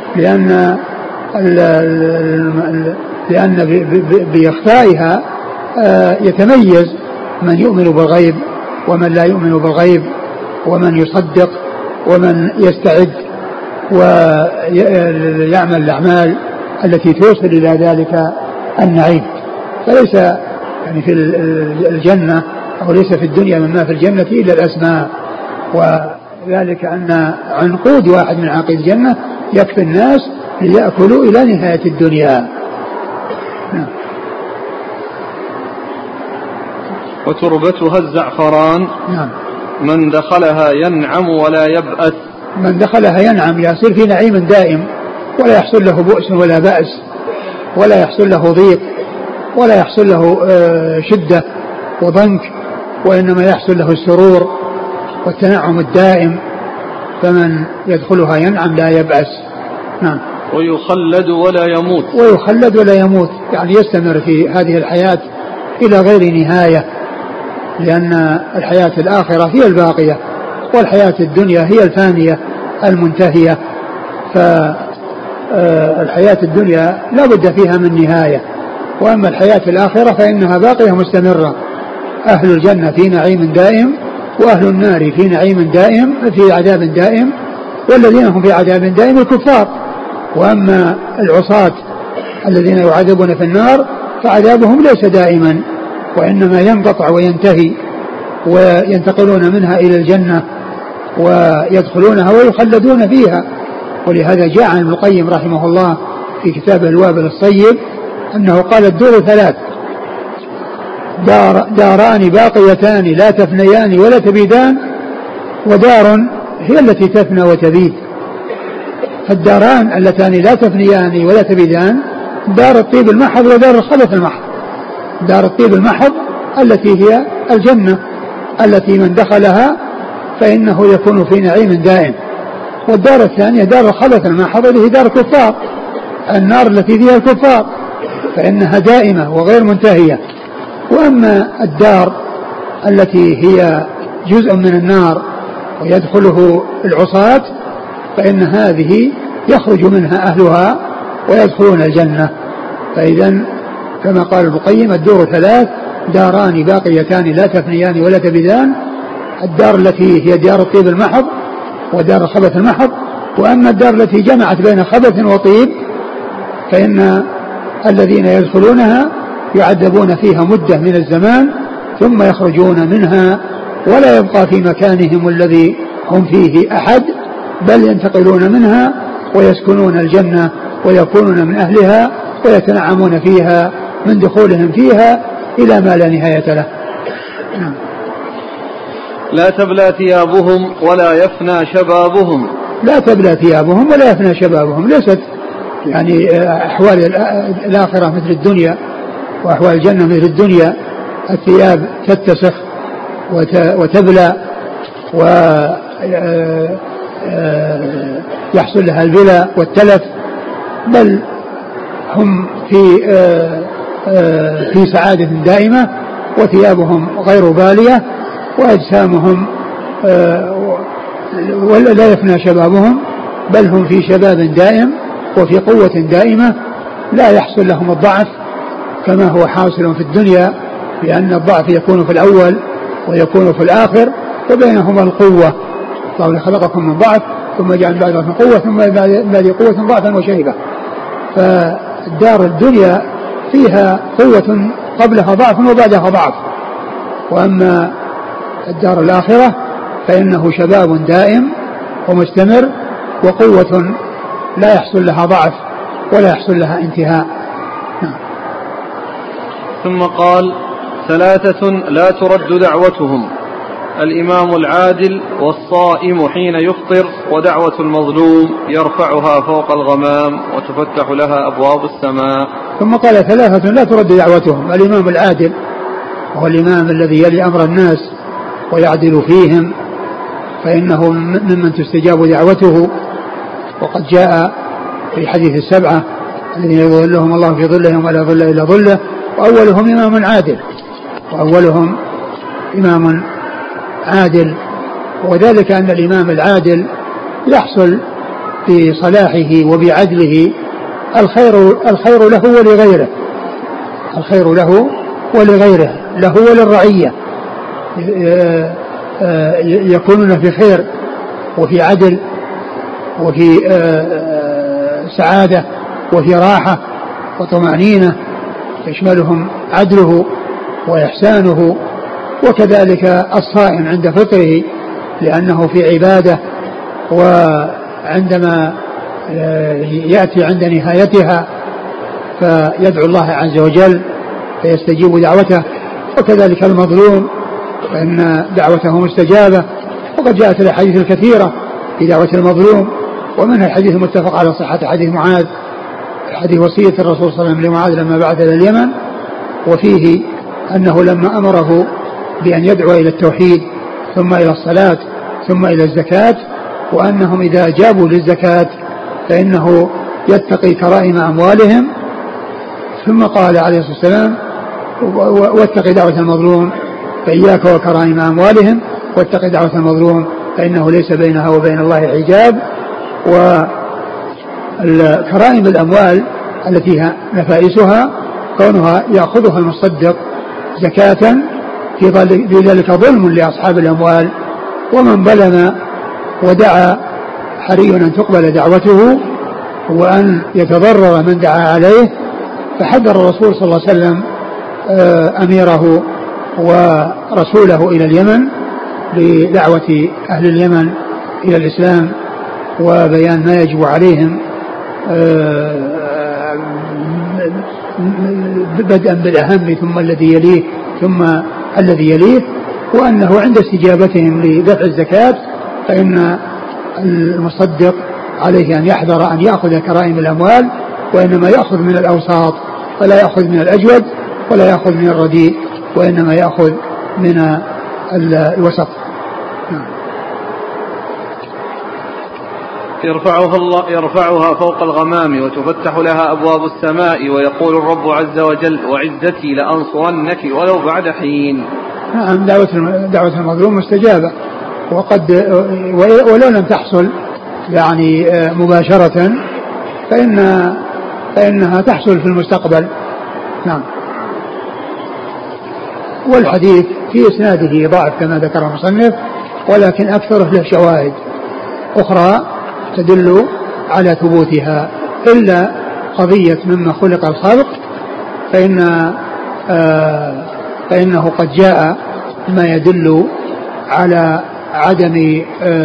لأن بإخفائها يتميز من يؤمن بالغيب ومن لا يؤمن بالغيب، ومن يصدق ومن يستعد ويعمل الأعمال التي توصل إلى ذلك النعيم. فليس يعني في الجنة أو ليس في الدنيا مما في الجنة إلا الأسماء، وذلك أن عنقود واحد من عناقيد الجنة يكفي الناس ليأكلوا إلى نهاية الدنيا.
وتربتها الزعفران.
نعم.
من دخلها ينعم ولا يبأس.
من دخلها ينعم، يصير في نعيم دائم ولا يحصل له بؤس ولا بأس، ولا يحصل له ضيق ولا يحصل له شدة وضنك، وإنما يحصل له السرور والتنعم الدائم. فمن يدخلها ينعم لا يبأس. نعم.
ويخلد ولا يموت.
ويخلد ولا يموت، يعني يستمر في هذه الحياة إلى غير نهاية، لأن الحياة الآخرة هي الباقية والحياة الدنيا هي الفانية المنتهية. فالحياة الدنيا لا بد فيها من نهاية، وأما الحياة الآخرة فإنها باقية مستمرة. أهل الجنة في نعيم دائم، وأهل النار في نعيم دائم في عذاب دائم، والذين هم في عذاب دائم الكفار. وأما العصاة الذين يعذبون في النار فعذابهم ليس دائما، وإنما ينقطع وينتهي، وينتقلون منها إلى الجنة ويدخلونها ويخلدون فيها. ولهذا جاء عن ابن القيم رحمه الله في كتابه الوابل الصيب أنه قال الدور ثلاث: داران باقيتان لا تفنيان ولا تبيدان، ودار هي التي تفنى وتبيد. فالداران اللتان لا تفنيان ولا تبيدان دار الطيب المحض ودار الخبث المحض. دار الطيب المحض التي هي الجنة، التي من دخلها فإنه يكون في نعيم دائم. والدار الثانية دار الخبث المحض اللي هي دار الكفار، النار التي فيها الكفار، فإنها دائمة وغير منتهية. وأما الدار التي هي جزء من النار ويدخله العصاة فإن هذه يخرج منها أهلها ويدخلون الجنة. فإذا كما قال ابن القيم الدور ثلاث، داران باقيتان لا تفنيان ولا تبدان، الدار التي هي دار الطيب المحض ودار الخبث المحض. وأما الدار التي جمعت بين خبث وطيب فإن الذين يدخلونها يعذبون فيها مدة من الزمان ثم يخرجون منها ولا يبقى في مكانهم الذي هم فيه أحد، بل ينتقلون منها ويسكنون الجنة ويكونون من أهلها ويتنعمون فيها من دخولهم فيها إلى ما لا نهاية له.
لا تبلى ثيابهم ولا يفنى شبابهم.
لا تبلى ثيابهم ولا يفنى شبابهم، ليست يعني أحوال الآخرة مثل الدنيا وأحوال الجنة مثل الدنيا، الثياب تتسخ وتبلى ويحصل لها البلى والتلف، بل هم في سعادة دائمة وثيابهم غير بالية وأجسامهم ولا يفنى شبابهم، بل هم في شباب دائم وفي قوة دائمة، لا يحصل لهم الضعف كما هو حاصل في الدنيا، لأن الضعف يكون في الأول ويكون في الآخر وبينهما القوة. الله خلقكم من ضعف ثم جعل بعدكم قوة ثم بعد قوة ضعفا وشيبة. فالدار الدنيا فيها قوة قبلها ضعف وبعدها ضعف، وأما الدار الآخرة فإنه شباب دائم ومستمر وقوة لا يحصل لها ضعف ولا يحصل لها انتهاء.
ثم قال: ثلاثة لا ترد دعوتهم: الإمام العادل، والصائم حين يفطر، ودعوة المظلوم يرفعها فوق الغمام وتفتح لها أبواب السماء.
ثم قال: ثلاثة لا ترد دعوتهم: الإمام العادل وهو الإمام الذي يلي أمر الناس ويعدل فيهم، فإنه ممن تستجاب دعوته، وقد جاء في حديث السبعة الذين يظلهم الله في ظلهم ولا ظل إلا ظله، وأولهم إمام عادل، وأولهم إمام عادل. وذلك أن الإمام العادل يحصل في صلاحه وبعدله الخير له ولغيره، الخير له ولغيره، له وللرعية، يكونون في خير وفي عدل وفي سعادة وفي راحة وطمأنينة يشملهم عدله وإحسانه. وكذلك الصائم عند فطره لأنه في عبادة، وعندما يأتي عند نهايتها فيدعو الله عز وجل فيستجيب دعوته. وكذلك المظلوم فإن دعوته مستجابة، وقد جاءت الأحاديث الكثيرة في دعوة المظلوم، ومنها الحديث المتفق على صحة حديث معاذ، حديث وصية الرسول صلى الله عليه وسلم لمعاذ لما بعث إلى اليمن، وفيه أنه لما أمره بأن يدعو إلى التوحيد ثم إلى الصلاة ثم إلى الزكاة، وأنهم إذا جابوا للزكاة فإنه يتقي كرائم أموالهم، ثم قال عليه الصلاة والسلام: واتقي دعوة المظلوم فإياك وكرائم أموالهم، واتقي دعوة المظلوم فإنه ليس بينها وبين الله حجاب. وكرائم الأموال التي هي نفائسها كونها يأخذها المصدق زكاة، في ذلك ظلم لأصحاب الأموال، ومن ظلم ودعا حري أن تقبل دعوته وأن يتضرر من دعا عليه. فحذر الرسول صلى الله عليه وسلم أميره ورسوله إلى اليمن لدعوة أهل اليمن إلى الإسلام وبيان ما يجب عليهم بدءا بالأهم ثم الذي يليه ثم الذي يليه، وأنه عند استجابتهم لدفع الزكاة فإن المصدق عليه أن يحذر أن يأخذ كرائم الأموال، وإنما يأخذ من الأوساط ولا يأخذ من الأجود، ولا يأخذ من الرديء وإنما يأخذ من الوسط.
يرفعها فوق الغمام وتفتح لها أبواب السماء ويقول الرب عز وجل وعزتي لأنصرنك ولو بعد حين.
نعم دعوة المظلوم مستجابة، وقد ولو لم تحصل يعني مباشرة فإنها تحصل في المستقبل. نعم. والحديث في إسناده ضعف كما ذكر المصنف، ولكن أكثره له شواهد أخرى تدل على ثبوتها، إلا قضية مما خلق الخلق فإنه قد جاء ما يدل على عدم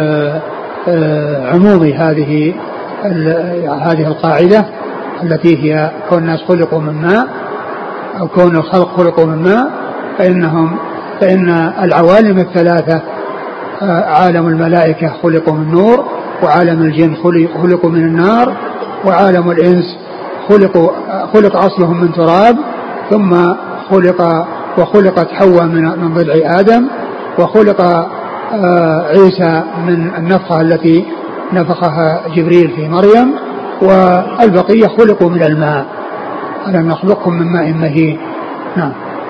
عموم هذه القاعدة التي هي كون الناس خلقوا من ماء أو كون الخلق خلقوا من ماء، فإن العوالم الثلاثة عالم الملائكة خلقوا من نور، وعالم الجن خلقوا من النار، وعالم الإنس خلق أصلهم من تراب، ثم وخلقت حواء من ضلع آدم، وخلق عيسى من النفخة التي نفخها جبريل في مريم، والبقية خلقوا من الماء. ألم نخلقكم من ماء مهين. نعم.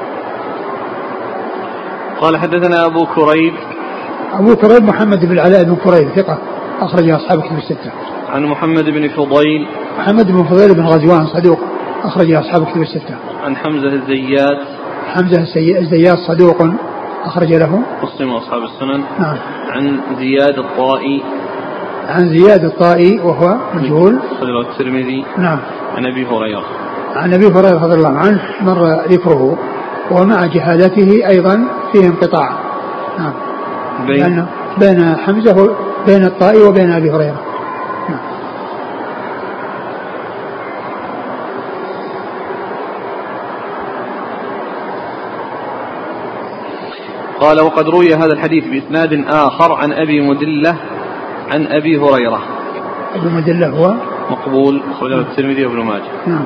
قال حدثنا أبو كريب
محمد بن العلاء بن كريب ثقة أخرج أصحاب كتب الستة.
عن محمد بن فضيل
بن غزوان صدوق أخرج أصحاب كتب الستة.
عن حمزة
الزيات صدوق أخرج له
مسلم وأصحاب السنن.
نعم.
عن زياد الطائي وهو مجهول
أخرج
الترمذي.
نعم.
عن أبي
هريرة رضي الله عنه مر ذكره، ومع جهالته أيضا فيه انقطاع. نعم. بين حمزة بين الطائي وبين أبي هريرة. نعم.
قال وقد روي هذا الحديث بإسناد آخر عن أبي مدلة عن أبي هريرة.
أبي مدلة هو
مقبول أخرجه الترمذي وابن ماجه.
نعم.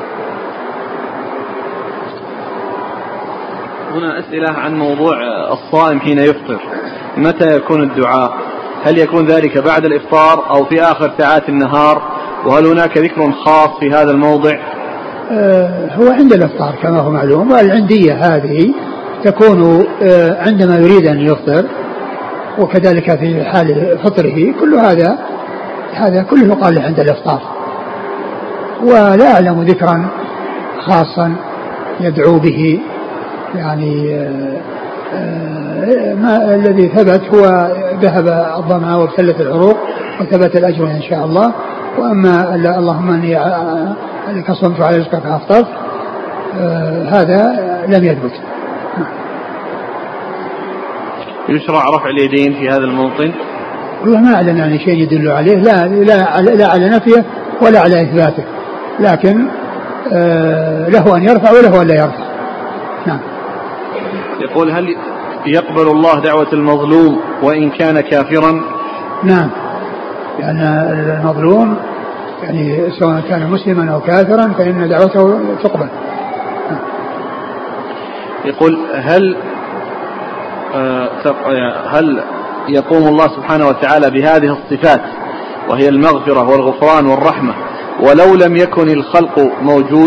هنا أسئلة عن موضوع الصائم حين يفطر، متى يكون الدعاء؟ هل يكون ذلك بعد الإفطار أو في آخر ساعات النهار؟ وهل هناك ذكر خاص في هذا الموضع؟
هو عند الإفطار كما هو معلوم، والعندية هذه تكون عندما يريد أن يفطر، وكذلك في حال فطره. كل هذا كله يقال عند الإفطار، ولا أعلم ذكرا خاصا يدعو به، يعني ما الذي ثبت هو ذهب الظمأ وابتلت العروق وثبت الأجر إن شاء الله. وأما اللهم أني كصمت على رزقك فأفطرت، هذا لم يثبت.
يشرع رفع اليدين في هذا الموطن؟
والله ما أعلم يعني شيء يدل عليه، لا على نفيه ولا على إثباته، لكن له أن يرفع وله أن لا يرفع. نعم.
يقول هل يقبل الله دعوة المظلوم وإن كان كافرا؟
نعم، لأن المظلوم يعني سواء كان مسلما أو كافرا فإن دعوته تقبل.
يقول هل يقوم الله سبحانه وتعالى بهذه الصفات وهي المغفرة والغفران والرحمة ولو لم يكن الخلق موجود؟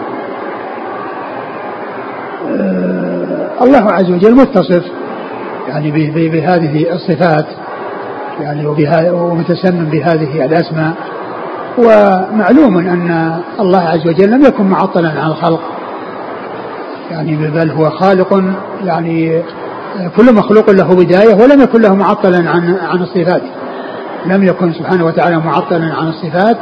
الله عز وجل متصف يعني بهذه الصفات يعني ومتسمم بهذه الأسماء، ومعلوم أن الله عز وجل لم يكن معطلا عن الخلق، يعني بل هو خالق، يعني كل مخلوق له بداية ولم يكن له معطلا عن الصفات. لم يكن سبحانه وتعالى معطلا عن الصفات،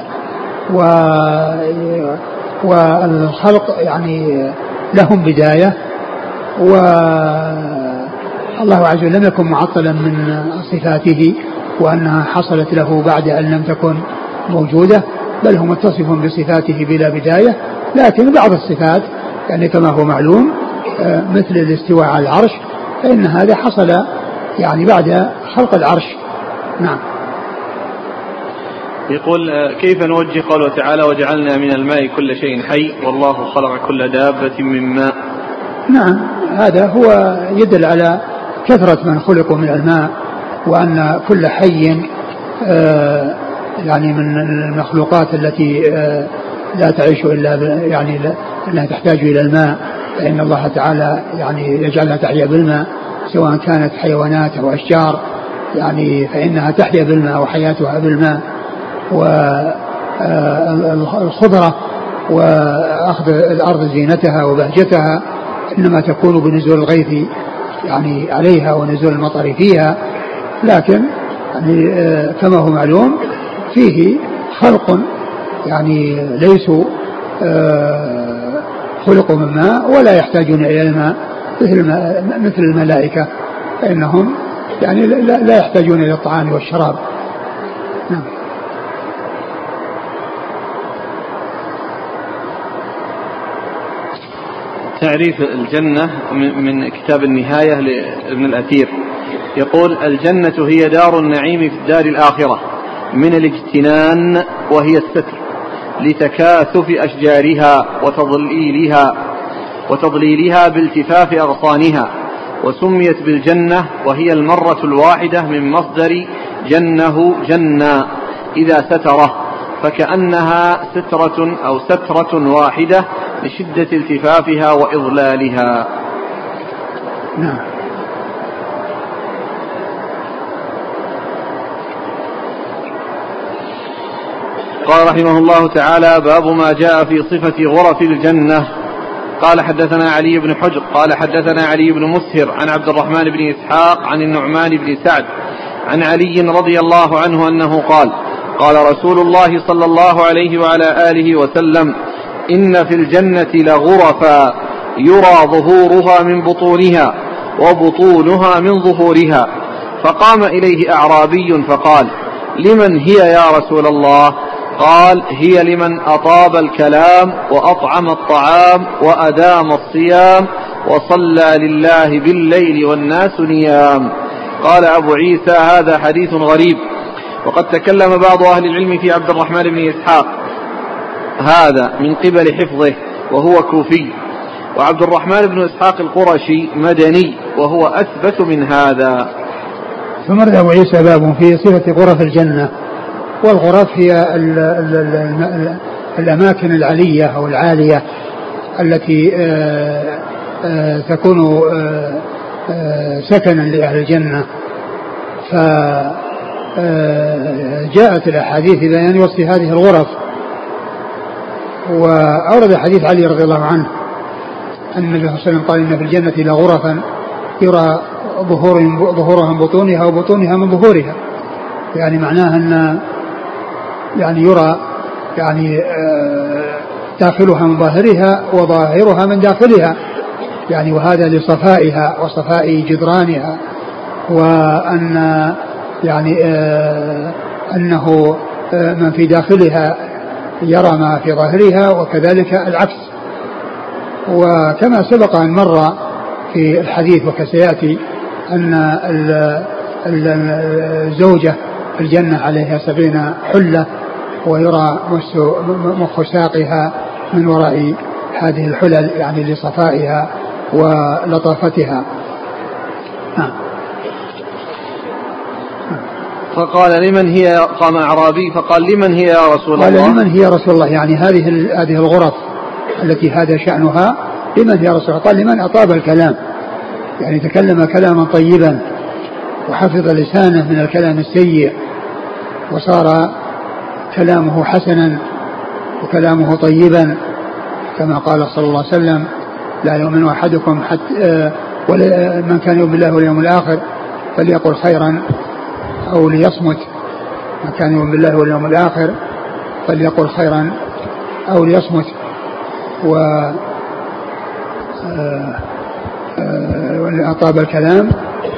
والخلق يعني لهم بداية، والله عز وجل لم يكن معطلا من صفاته وأنها حصلت له بعد أن لم تكن موجودة، بل هو متصف بصفاته بلا بداية. لكن بعض الصفات يعني كما هو معلوم مثل الاستواء على العرش فإن هذا حصل يعني بعد خلق العرش. نعم.
يقول كيف نوجه قوله تعالى وجعلنا من الماء كل شيء حي والله خلق كل دابة من ماء؟
نعم، هذا هو يدل على كثرة من خلقوا من الماء، وأن كل حي يعني من المخلوقات التي لا تعيش إلا يعني أنها تحتاج إلى الماء، فإن الله تعالى يعني يجعلها تحيا بالماء، سواء كانت حيوانات أو أشجار يعني فإنها تحيا بالماء وحياتها بالماء. والخضرة وأخذ الأرض زينتها وبهجتها إنما تكون بنزول الغيث يعني عليها ونزول المطر فيها، لكن يعني كما هو معلوم فيه خلق يعني ليسوا خلقوا من ماء ولا يحتاجون إلى الماء مثل الملائكة، فإنهم يعني لا يحتاجون إلى الطعام والشراب. نعم.
تعريف الجنة من كتاب النهاية لابن الأثير، يقول يقول هي دار النعيم في الدار الآخرة من الاجتنان، وهي الستر لتكاثف أشجارها وتضليلها بالتفاف أغصانها، وسميت بالجنة وهي المرة الواحدة من مصدر جنه جنة إذا ستره، فكأنها سترة واحدة لشدة التفافها وإضلالها.
نعم.
قال رحمه الله تعالى: باب ما جاء في صفة غرف الجنة. قال حدثنا علي بن حجر قال حدثنا علي بن مسهر عن عبد الرحمن بن إسحاق عن النعمان بن سعد عن علي رضي الله عنه أنه قال: قال رسول الله صلى الله عليه وعلى آله وسلم: إن في الجنة لغرفا يرى ظهورها من بطونها وبطونها من ظهورها. فقام إليه أعرابي فقال: لمن هي يا رسول الله؟ قال: هي لمن أطاب الكلام وأطعم الطعام وأدام الصيام وصلى لله بالليل والناس نيام. قال أبو عيسى: هذا حديث غريب. وقد تكلم بعض أهل العلم في عبد الرحمن بن إسحاق هذا من قبل حفظه وهو كوفي، وعبد الرحمن بن إسحاق القرشي مدني وهو أثبت من هذا.
ثم رد أبو عيسى باب في صفة غرف الجنة. والغرف هي الأماكن العلية أو العالية التي تكون سكنا لأهل الجنة. فجاءت الأحاديث بيان وصف هذه الغرف، وأورد حديث علي رضي الله عنه أن النبي صلى الله عليه وسلم قال: إن في الجنة لغرفا يرى ظهورها من بطونها وبطونها من ظهورها، يعني معناها أن يعني يرى يعني داخلها من ظاهرها وظاهرها من داخلها، يعني وهذا لصفائها وصفاء جدرانها، وأن يعني أنه من في داخلها يرى ما في ظاهرها، وكذلك العكس. وكما سبق أن مر في الحديث وكسيأتي أن الزوجة في الجنة عليها 70 حلة، ويرى مخ ساقها من وراء هذه الحلل، يعني لصفائها ولطافتها.
فقال: لمن هي؟ قام أعرابي فقال: لمن هي يا رسول الله؟
قال: لمن هي يا رسول الله؟ يعني هذه الغرف التي هذا شأنها لمن هي يا رسول الله؟ قال: لمن أطاب الكلام، يعني تكلم كلاما طيبا وحفظ لسانه من الكلام السيء، وصار كلامه حسنا وكلامه طيبا، كما قال صلى الله عليه وسلم: لا يؤمن أحدكم حتى من كان يؤمن بالله واليوم الآخر فليقل خيرا أو ليصمت. من كان يؤمن بالله واليوم الآخر فليقل خيرا أو ليصمت. أطاب الكلام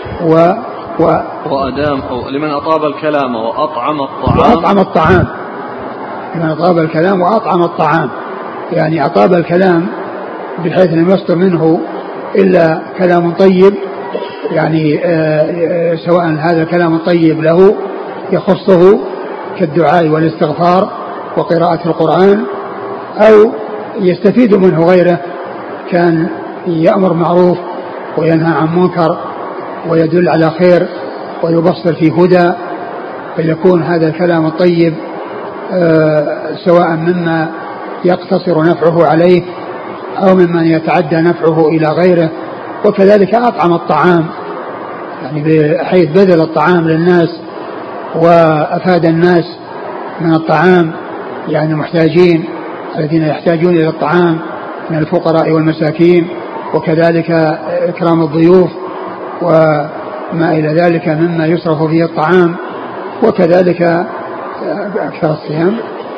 وأدام، أو لمن أطاب الكلام وأطعم
الطعام. لمن أطاب الكلام وأطعم الطعام، يعني أطاب الكلام بحيث لم يصدر منه إلا كلام طيب، يعني سواء هذا الكلام الطيب له يخصه كالدعاء والاستغفار وقراءة القرآن، أو يستفيد منه غيره، كان يأمر معروف وينهى عن منكر ويدل على خير ويبصر في هدى، فيكون هذا الكلام الطيب سواء مما يقتصر نفعه عليه أو ممن يتعدى نفعه إلى غيره. وكذلك أطعم الطعام، يعني بحيث بذل الطعام للناس وأفاد الناس من الطعام، يعني المحتاجين الذين يحتاجون إلى الطعام من الفقراء والمساكين، وكذلك إكرام الضيوف وما إلى ذلك مما يصرف فيه الطعام، وكذلك أكثر الصيام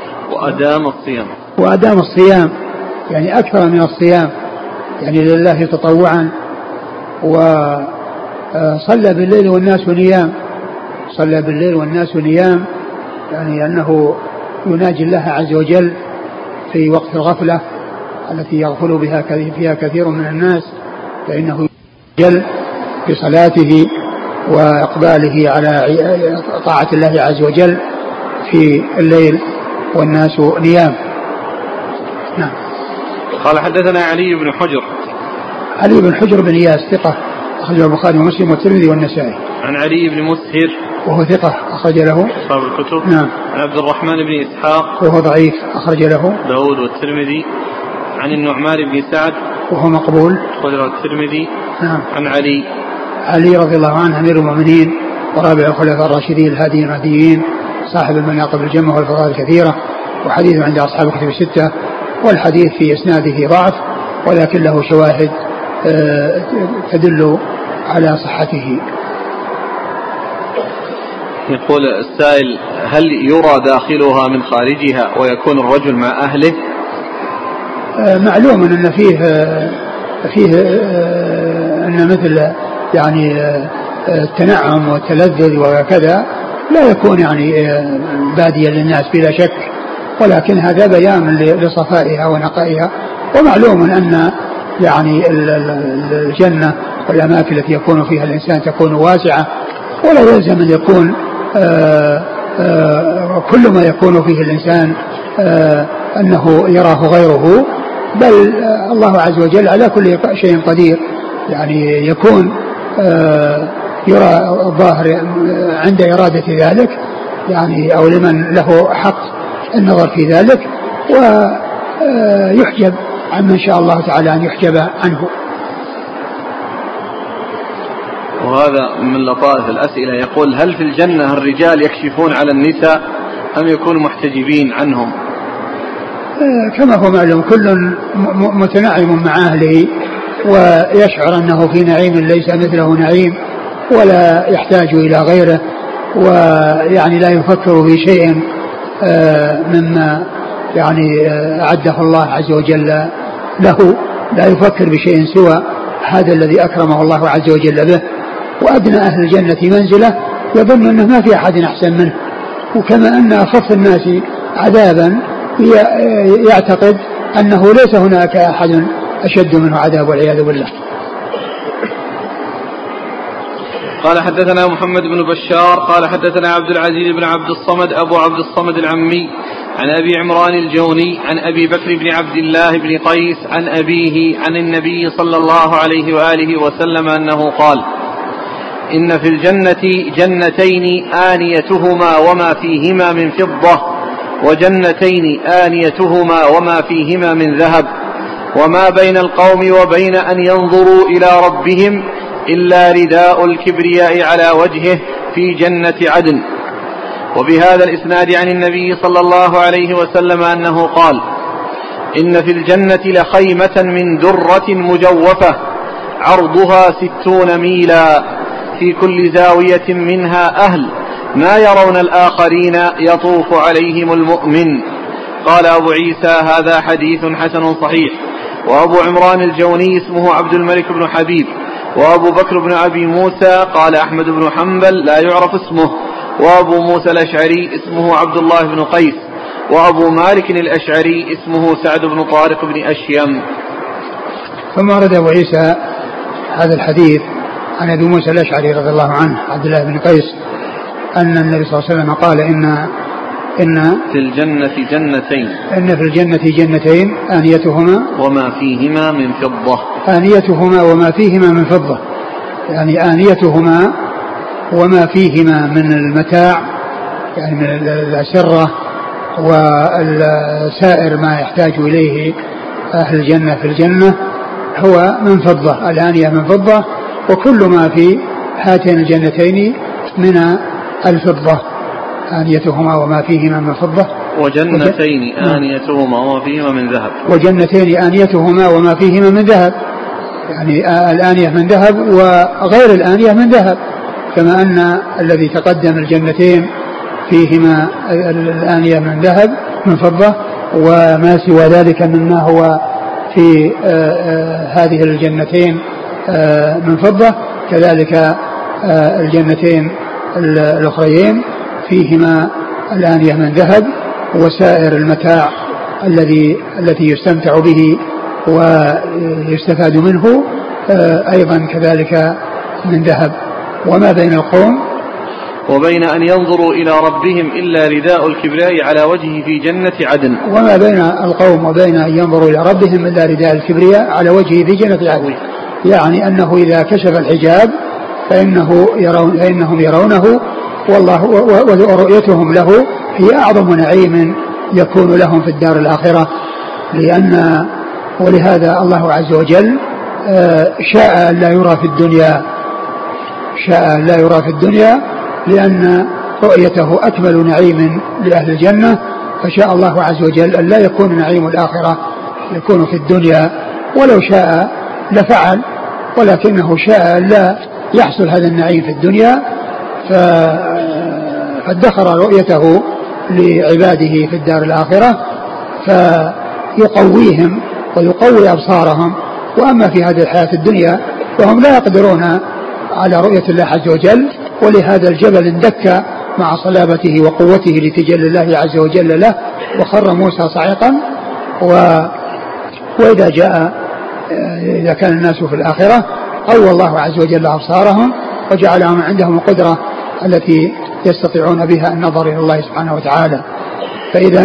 وأدام الصيام يعني أكثر من الصيام، يعني لله تطوعا. وصلى بالليل والناس نيام، يعني أنه يناجي الله عز وجل في وقت الغفلة التي يغفل بها فيها كثير من الناس، فإنه يجل بصلاته وإقباله على طاعة الله عز وجل في الليل والناس نيام. نعم.
قال حدثنا علي بن حجر
بن إياس ثقة أخرجه البخاري ومسلم والترمذي والنسائي.
عن علي بن مسهر
وهو ثقة أخرج له
أصحاب الكتب.
نعم.
عن عبد الرحمن بن إسحاق
وهو ضعيف أخرج له
داود والترمذي. عن النعمان بن سعد
وهو مقبول
أخرج له الترمذي.
نعم.
عن
علي رضي الله عنه أمير المؤمنين ورابع الخلفاء الراشدين الهاديين المهديين صاحب المناقب الجمة والفضائل الكثيرة، وحديثه عند أصحاب الكتب الستة، والحديث في إسناده ضعف ولكن له شواهد تدل على صحته.
يقول السائل: هل يرى داخلها من خارجها ويكون الرجل مع أهله؟
معلوم أن فيه أن مثل يعني التنعم والتلذذ وكذا لا يكون يعني باديا للناس بلا شك، ولكن هذا بيان لصفائها ونقائها. ومعلوم أن يعني الجنة والأماكن التي يكون فيها الإنسان تكون واسعة، ولا يلزم أن يكون كل ما يكون فيه الإنسان أنه يراه غيره، بل الله عز وجل على كل شيء قدير، يعني يكون يرى الظاهر عند إرادة ذلك، يعني أو لمن له حق النظر في ذلك، ويحجب عمن شاء الله تعالى أن يحجب عنه.
وهذا من لطائف الأسئلة. يقول: هل في الجنة الرجال يكشفون على النساء أم يكونوا محتجبين عنهم؟
كما هو معلوم كل متنعم مع أهله ويشعر أنه في نعيم ليس مثله نعيم، ولا يحتاج إلى غيره، ويعني لا يفكر في شيء مما يعني أعده الله عز وجل له، لا يفكر بشيء سوى هذا الذي أكرمه الله عز وجل به. وأدنى أهل الجنة منزلة يظن أنه ما في أحد أحسن منه، وكما أن أخف الناس عذابا يعتقد أنه ليس هناك أحد أشد منه عذاب والعياذ بالله.
قال حدثنا محمد بن بشار قال حدثنا عبد العزيز بن عبد الصمد أبو عبد الصمد العمي عن أبي عمران الجوني عن أبي بكر بن عبد الله بن قيس عن أبيه عن النبي صلى الله عليه وآله وسلم أنه قال: إن في الجنة جنتين آنيتهما وما فيهما من فضة، وجنتين آنيتهما وما فيهما من ذهب، وما بين القوم وبين أن ينظروا إلى ربهم إلا رداء الكبرياء على وجهه في جنة عدن. وبهذا الإسناد عن النبي صلى الله عليه وسلم أنه قال: إن في الجنة لخيمة من درة مجوفة عرضها 60 ميلا، في كل زاوية منها أهل ما يرون الآخرين يطوف عليهم المؤمن. قال أبو عيسى: هذا حديث حسن صحيح. وأبو عمران الجوني اسمه عبد الملك بن حبيب، وأبو بكر بن أبي موسى قال أحمد بن حنبل لا يعرف اسمه، وأبو موسى الأشعري اسمه عبد الله بن قيس، وأبو مالك الأشعري اسمه سعد بن طارق بن أشيم.
ثم ورد أبو عيسى هذا الحديث عن أبي موسى الأشعري رضي الله عنه عبد الله بن قيس أن النبي صلى الله عليه وسلم قال: إن
إن في الجنة جنتين،
إن في الجنة جنتين آنيتهما
وما فيهما من فضة،
آنيتهما وما فيهما من فضة، يعني آنيتهما وما فيهما من المتاع، يعني من الأسرة والسائر ما يحتاج إليه أهل الجنة في الجنة هو من فضة، الآنية من فضة، وكل ما في هاتين الجنتين من الفضة، آنيتهما وما فيهما من فضة.
وجنتين آنيتهما وما فيهما من ذهب،
وجنتين آنيتهما وما فيهما من ذهب، يعني الآنية من ذهب وغير الآنية من ذهب، كما أن الذي تقدم الجنتين فيهما الآنية من ذهب من فضة، وما سوى ذلك مما هو في هذه الجنتين من فضة، كذلك الجنتين الأخريين فيهما الآنية من ذهب، وسائر المتاع الذي يستمتع به ويستفاد منه أيضا كذلك من ذهب. وما بين القوم
وبين أن ينظروا إلى ربهم إلا رداء الكبرياء على وجهه في جنة عدن.
وما بين القوم وبين أن ينظروا إلى ربهم إلا رداء الكبرياء على وجهه في جنة عدن، يعني أنه إذا كشف الحجاب فإنهم يرونه، والله ورؤيتهم له هي أعظم نعيم يكون لهم في الدار الآخرة. ولهذا الله عز وجل شاء أن لا يرى في الدنيا، لأن رؤيته أكمل نعيم لأهل الجنة، فشاء الله عز وجل أن لا يكون نعيم الآخرة يكون في الدنيا، ولو شاء لفعل، ولكنه شاء أن لا يحصل هذا النعيم في الدنيا، فادخر رؤيته لعباده في الدار الآخرة فيقويهم ويقوي أبصارهم. وأما في هذه الحياة الدنيا فهم لا يقدرون على رؤية الله عز وجل، ولهذا الجبل اندك مع صلابته وقوته لتجلي الله عز وجل له، وخر موسى صاعقا. إذا كان الناس في الآخرة قوى الله عز وجل أبصارهم وجعلهم عندهم القدرة التي يستطيعون بها النظر إلى الله سبحانه وتعالى. فإذا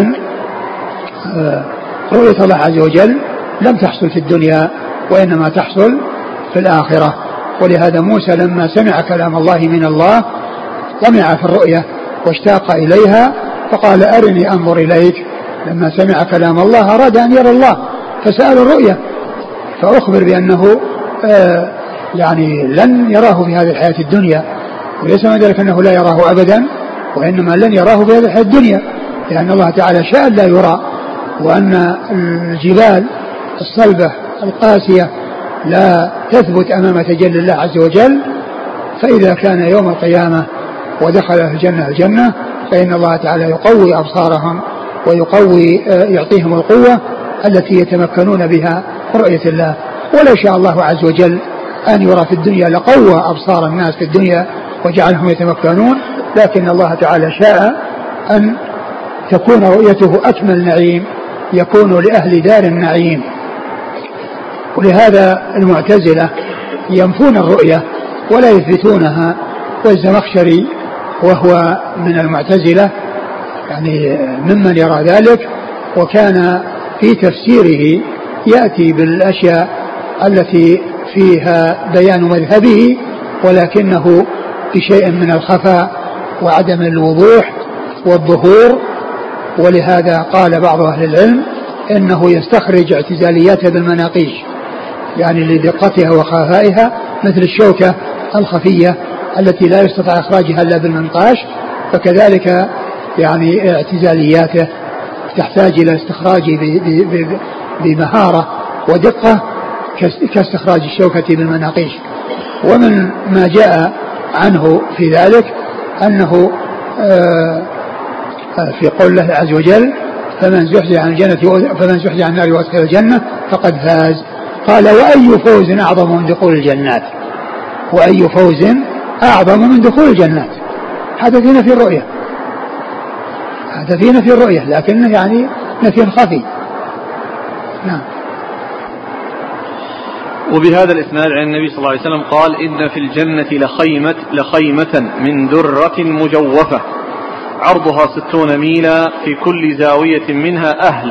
رؤية الله عز وجل لم تحصل في الدنيا، وإنما تحصل في الآخرة. ولهذا موسى لما سمع كلام الله من الله طمع في الرؤية واشتاق إليها، فقال أرني أنظر إليك. لما سمع كلام الله أراد أن يرى الله فسأل الرؤية، فأخبر بأنه يعني لن يراه في هذه الحياة الدنيا، وليس من ذلك أنه لا يراه أبدا، وإنما لن يراه في هذه الحياة الدنيا، لأن الله تعالى شاء لا يرى، وأن الجبال الصلبة القاسية لا تثبت أمام تجلي الله عز وجل. فإذا كان يوم القيامة ودخل الجنة فإن الله تعالى يقوي أبصارهم ويقوي يعطيهم القوة التي يتمكنون بها رؤية الله. ولو شاء الله عز وجل أن يرى في الدنيا لقوى أبصار الناس في الدنيا وجعلهم يتمكنون، لكن الله تعالى شاء أن تكون رؤيته أكمل نعيم يكون لأهل دار النعيم. ولهذا المعتزلة ينفون الرؤية ولا يثبتونها، والزمخشري وهو من المعتزلة يعني ممن يرى ذلك، وكان في تفسيره يأتي بالأشياء التي فيها بيان مذهبه، ولكنه بشيء من الخفاء وعدم الوضوح والظهور. ولهذا قال بعض أهل العلم إنه يستخرج اعتزالياته بالمناقيش، يعني لدقتها وخفائها، مثل الشوكة الخفية التي لا يستطيع إخراجها إلا بالمنقاش، فكذلك يعني اعتزالياته تحتاج إلى استخراجه بمهارة ودقة كاستخراج الشوكة بالمناقيش. ومن ما جاء عنه في ذلك أنه في قول الله عز وجل فمن زحزح عن النار وادخل الجنة فقد فاز. قال وأي فوز أعظم من دخول الجنات، وأي فوز أعظم من دخول الجنات. هذا في نفي الرؤية، هذا في نفي الرؤية، لكنه يعني نفي خفي. نعم.
وبهذا الإسناد عن النبي صلى الله عليه وسلم قال إن في الجنة لخيمة من درة مجوفة عرضها 60 ميلا في كل زاوية منها أهل.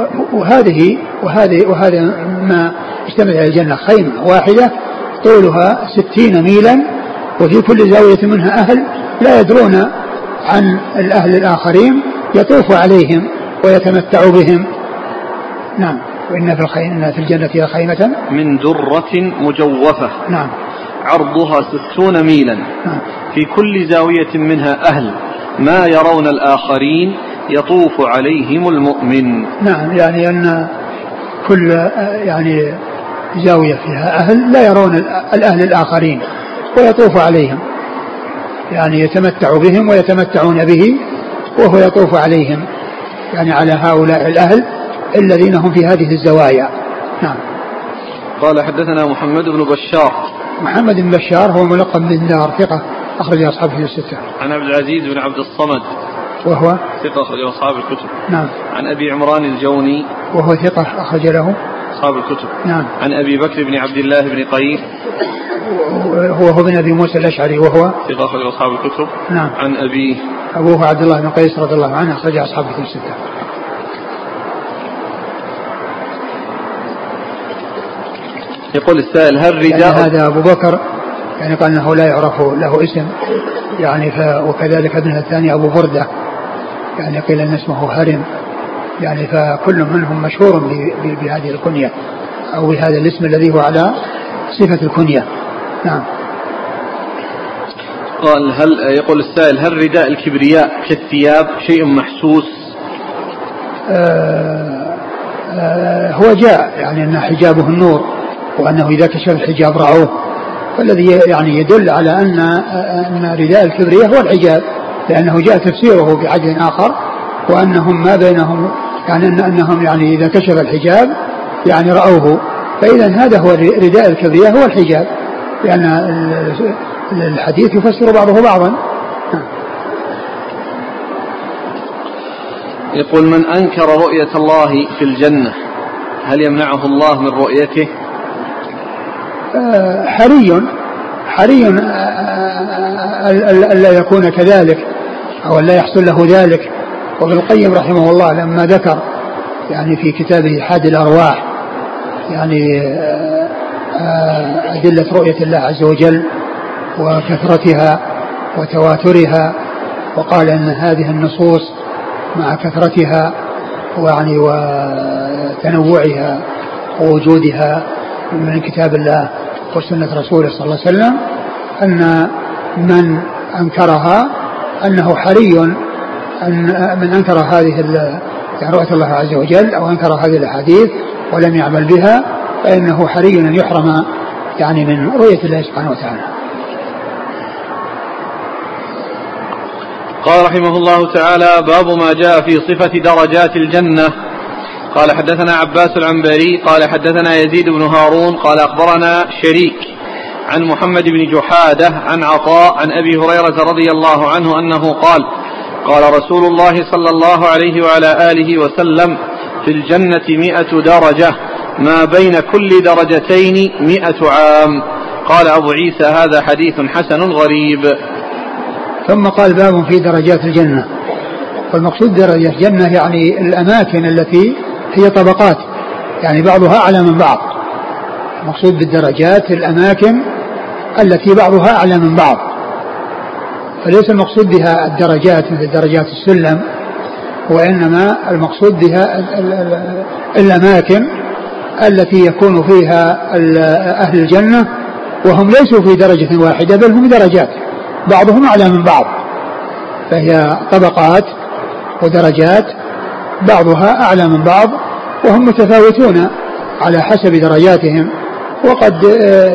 وهذا ما اشتمل على الجنة، خيمة واحدة طولها 60 ميلا وفي كل زاوية منها أهل لا يدرون عن الأهل الآخرين، يطوف عليهم ويتمتع بهم. نعم. وإن في الجنة خيمة
من درة مجوفة.
نعم.
عرضها 60 ميلا.
نعم.
في كل زاوية منها أهل ما يرون الآخرين يطوف عليهم المؤمن.
نعم، يعني أن كل يعني زاوية فيها أهل لا يرون الأهل الآخرين ويطوف عليهم، يعني يتمتع بهم ويتمتعون به وهو يطوف عليهم، يعني على هؤلاء الأهل الذين هم في هذه الزوايا. نعم.
قال حدثنا محمد بن بشار.
محمد بن بشار هو ملقب بن دار، ثقة أخرج أصحابه الستة.
عن عبد العزيز بن عبد الصمد
وهو
ثقة أخرج أصحاب الكتب.
نعم.
عن أبي عمران الجوني
وهو ثقة أخرج له
أصحاب الكتب.
نعم.
عن أبي بكر بن عبد الله بن قيس
هو بن أبي موسى الأشعري وهو
ثقة أخرج أصحاب الكتب.
نعم.
عن أبيه
أبوه عبد الله بن قيس رضي الله عنه أخرج أصحاب الكتب الستة.
يقول السائل هل رداء
يعني هذا أبو بكر يعني قال أنه لا يعرف له اسم، يعني وكذلك ابنه الثاني أبو بردة، يعني قيل أن اسمه هرم، يعني فكل منهم مشهور بهذه الكنية أو بهذا الاسم الذي هو على صفة الكنية. نعم.
قال يقول السائل هل رداء الكبرياء كالثياب شيء محسوس؟
هو جاء يعني أن حجابه النور، وأنه إذا كشف الحجاب رعوه، فالذي يعني يدل على أن رداء الكبرياء هو الحجاب، لأنه جاء تفسيره بعدل آخر وأنهم ما بينهم يعني أنهم يعني إذا كشف الحجاب يعني رأوه، فإذا هذا هو رداء الكبرياء هو الحجاب، لأن الحديث يفسر بعضه بعضا.
يقول من أنكر رؤية الله في الجنة هل يمنعه الله من رؤيته؟
حري ألا يكون كذلك أو ألا يحصل له ذلك. وابن القيم رحمه الله لما ذكر يعني في كتابه حاد الأرواح يعني أدلة رؤية الله عز وجل وكثرتها وتواترها، وقال أن هذه النصوص مع كثرتها ويعني وتنوعها ووجودها من كتاب الله وسنة رسوله صلى الله عليه وسلم، أن من أنكرها أنه حري أن من أنكر هذه يعني رؤية الله عز وجل أو أنكر هذه الأحاديث ولم يعمل بها فإنه حري أن يحرم يعني من رؤية الله سبحانه وتعالى.
قال رحمه الله تعالى باب ما جاء في صفة درجات الجنة. قال حدثنا عباس العنبري قال حدثنا يزيد بن هارون قال أخبرنا شريك عن محمد بن جحادة عن عطاء عن أبي هريرة رضي الله عنه أنه قال قال رسول الله صلى الله عليه وعلى آله وسلم في الجنة 100 درجة ما بين كل درجتين 100 عام. قال أبو عيسى هذا حديث حسن غريب.
ثم قال باب في درجات الجنة، والمقصود درجات الجنة يعني الأماكن التي هي طبقات، يعني بعضها أعلى من بعض. المقصود بالدرجات الأماكن التي بعضها أعلى من بعض، فليس المقصود بها الدرجات مثل درجات السلم، وإنما المقصود بها الأماكن التي يكون فيها أهل الجنة وهم ليسوا في درجة واحدة بل هم درجات بعضهم أعلى من بعض، فهي طبقات ودرجات بعضها أعلى من بعض وهم متفاوتون على حسب درجاتهم. وقد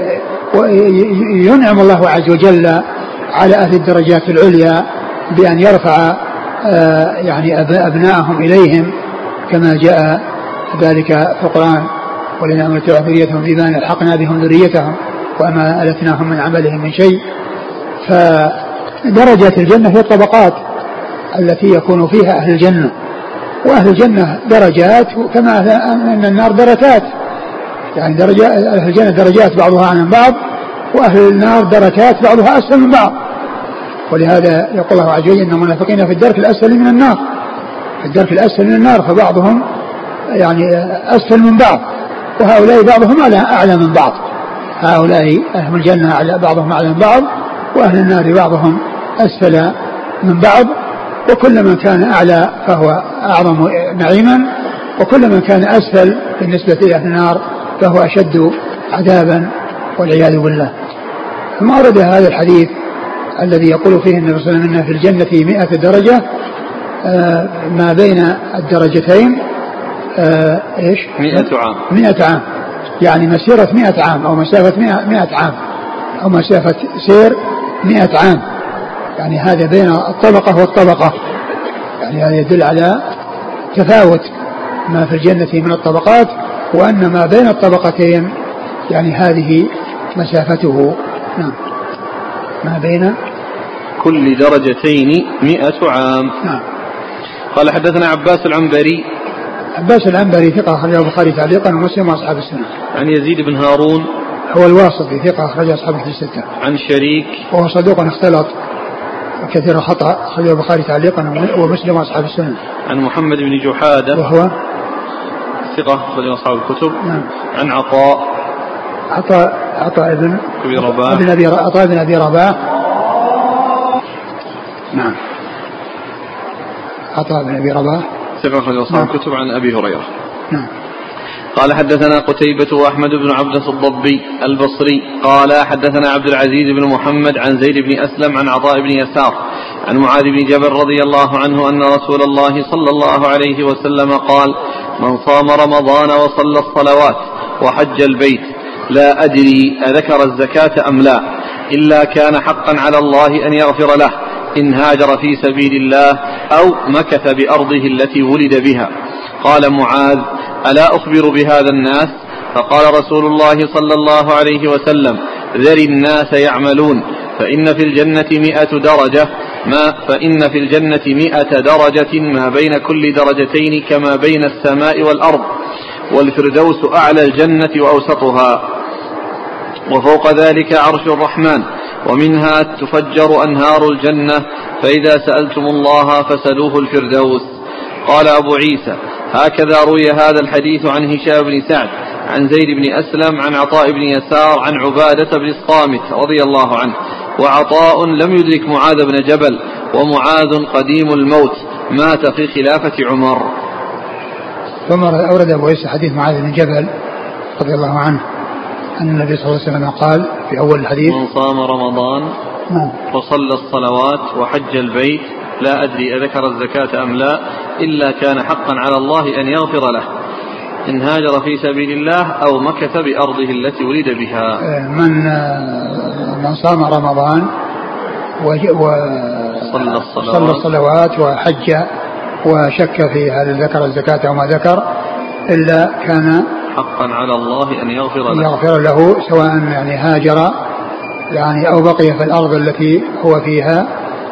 ينعم الله عز وجل على أهل الدرجات العليا بأن يرفع يعني أبناءهم إليهم كما جاء ذلك في القرآن ولن أمتع ذريتهم بما ألحقنا بهم ذريتهم وما ألتناهم من عملهم من شيء. فدرجات الجنة هي الطبقات التي يكون فيها أهل الجنة، وأهل الجنة درجات كما أن النار دركات، يعني أهل الجنة درجات بعضها عن بعض، وأهل النار دركات بعضها أسفل من بعض. ولهذا يقول الله عز وجل إن المنافقين في الدرك الأسفل من النار، في الدرك الأسفل من النار، فبعضهم يعني أسفل من بعض، وهؤلاء بعضهم أعلى من بعض، هؤلاء أهل الجنة بعضهم أعلى من بعض، وأهل النار بعضهم أسفل من بعض، وكل من كان أعلى فهو أعظم نعيما، وكل من كان أسفل بالنسبة لأهل النار فهو أشد عذابا والعياذ بالله. ثم أورد هذا الحديث الذي يقول فيه النبي صلى الله عليه وسلم في الجنة 100 درجة، ما بين الدرجتين 100 عام، يعني مسيرة 100 عام أو مسافة 100 عام أو مسافة سير 100 عام، يعني هذا بين الطبقة والطبقة، يعني هذا يدل على تفاوت ما في الجنة من الطبقات، وأن ما بين الطبقتين يعني هذه مسافته. نعم. ما بين
كل درجتين 100 عام.
نعم.
قال حدثنا عباس العنبري.
عباس العنبري ثقة أخرجه البخاري تعليقا ومسلم وأصحاب السنة.
عن يزيد بن هارون
هو الواسطي ثقة أخرجه أصحاب الستة.
عن شريك
وهو صدوق اختلط كثير خطأ أخرجه البخاري تعليقا ومسلم وأصحاب السنة.
عن محمد بن جحادة
وهو
ثقة أخرجه أصحاب الكتب.
نعم.
عن
عطاء بن أبي رباح. نعم. عطاء بن أبي رباح
ثقة أخرجه أصحاب الكتب. عن أبي هريرة.
نعم.
قال حدثنا قتيبة وأحمد بن عبدة الضبي البصري قال حدثنا عبد العزيز بن محمد عن زيد بن أسلم عن عطاء بن يسار عن معاذ بن جبل رضي الله عنه أن رسول الله صلى الله عليه وسلم قال: من صام رمضان وصلى الصلوات وحج البيت لا أدري أذكر الزكاة أم لا، إلا كان حقا على الله أن يغفر له إن هاجر في سبيل الله أو مكث بأرضه التي ولد بها. قال معاذ: ألا أخبر بهذا الناس؟ فقال رسول الله صلى الله عليه وسلم: ذر الناس يعملون، فإن في الجنة 100 درجة ما بين كل درجتين كما بين السماء والأرض، والفردوس أعلى الجنة وأوسطها، وفوق ذلك عرش الرحمن، ومنها تفجر أنهار الجنة، فإذا سألتم الله فسلوه الفردوس. قال أبو عيسى: هكذا روي هذا الحديث عن هشام بن سعد عن زيد بن أسلم عن عطاء بن يسار عن عبادة بن الصامت رضي الله عنه. وعطاء لم يدرك معاذ بن جبل، ومعاذ قديم الموت مات في خلافة عمر.
ثم أورد أبو عيسى حديث معاذ بن جبل رضي الله عنه أن النبي صلى الله عليه وسلم قال في أول الحديث:
من صام رمضان وصلى الصلوات وحج البيت لا أدري أذكر الزكاة أم لا، إلا كان حقا على الله أن يغفر له إن هاجر في سبيل الله أو مكث بأرضه التي ولد بها.
من صام رمضان وصلى الصلوات وحج وشك في هل ذكر الزكاة أو ما ذكر إلا كان
حقا على الله أن
يغفر له سواء يعني هاجر يعني أو بقي في الأرض التي هو فيها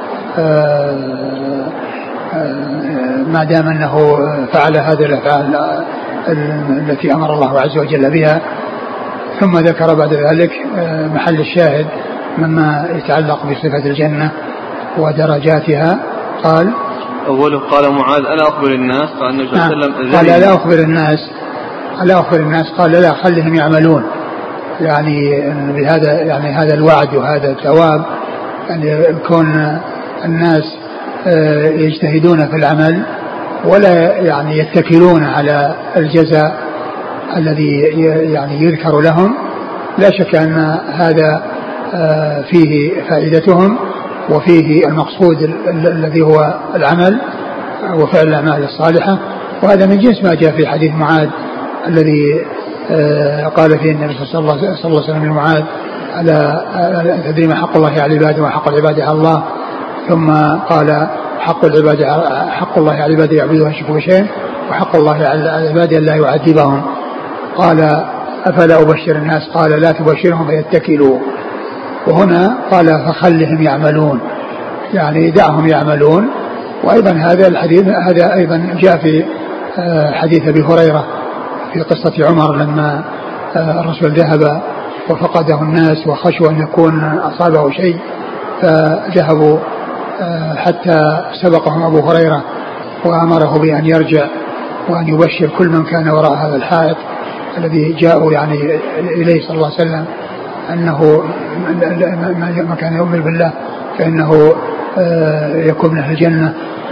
ما دام أنه فعل هذه الأفعال التي أمر الله عز وجل بها. ثم ذكر بعد ذلك محل الشاهد مما يتعلق بصفة الجنة ودرجاتها. قال
أوله قال معاذ: ألا أخبر الناس؟ قال النبي صلى الله عليه وسلم:
قال ألا أخبر الناس قال: لا، خلهم يعملون، يعني بهذا يعني هذا الوعد وهذا الثواب، يعني يكون الناس يجتهدون في العمل ولا يعني يتكلون على الجزاء الذي يعني يذكر لهم. لا شك أن هذا فيه فائدتهم وفيه المقصود الذي هو العمل وفعل الأعمال الصالحة، وهذا من جنس ما جاء في حديث معاذ الذي قال فيه النبي صلى الله عليه وسلم لمعاذ: ألا تدري ما حق الله على العباد وحق العباد على الله؟ ثم قال: حق الله على العباد يعبدوه يشركوا بشيء، وحق الله على العباد أن لا يعذبهم. قال: أفلا أبشر الناس؟ قال: لا تبشرهم فيتكلوا. وهنا قال: فخلهم يعملون، يعني دعهم يعملون. وأيضا هذا الحديث هذا أيضا جاء في حديث أبي هريرة في قصة عمر لما الرسول ذهب وفقده الناس وخشوا أن يكون أصابه شيء فذهبوا حتى سبقهم أبو هريرة وأمره بأن يرجع وأن يبشر كل من كان وراء هذا الحائط الذي جاءوا يعني إليه صلى الله عليه وسلم أنه ما كان يؤمن بالله فإنه يكون من أهل الجنة.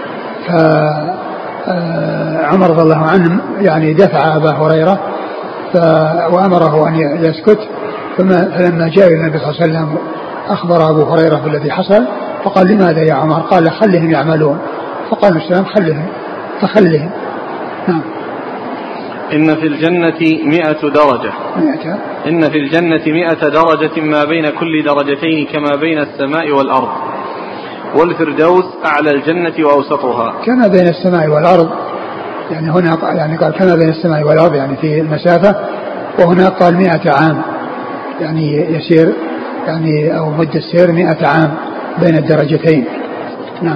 فعمر رضي الله عنه يعني دفع أبا هريرة وأمره أن يسكت. فلما جاء إلى النبي صلى الله عليه وسلم أخبر أبو هريرة بالذي حصل فقال لماذا يا عمر؟ قال خلهم يعملون. فقال السلام فخلهم. نعم.
إن في الجنة 100 درجة. إن في الجنة 100 درجة ما بين كل درجتين كما بين السماء والأرض، والفردوس أعلى الجنة وأوسطها.
كما بين السماء والأرض يعني هنا يعني قال كما بين السماء والأرض يعني في المسافة، وهنا قال 100 عام يعني يسير يعني أو مدة السير 100 عام بين الدرجتين. نعم.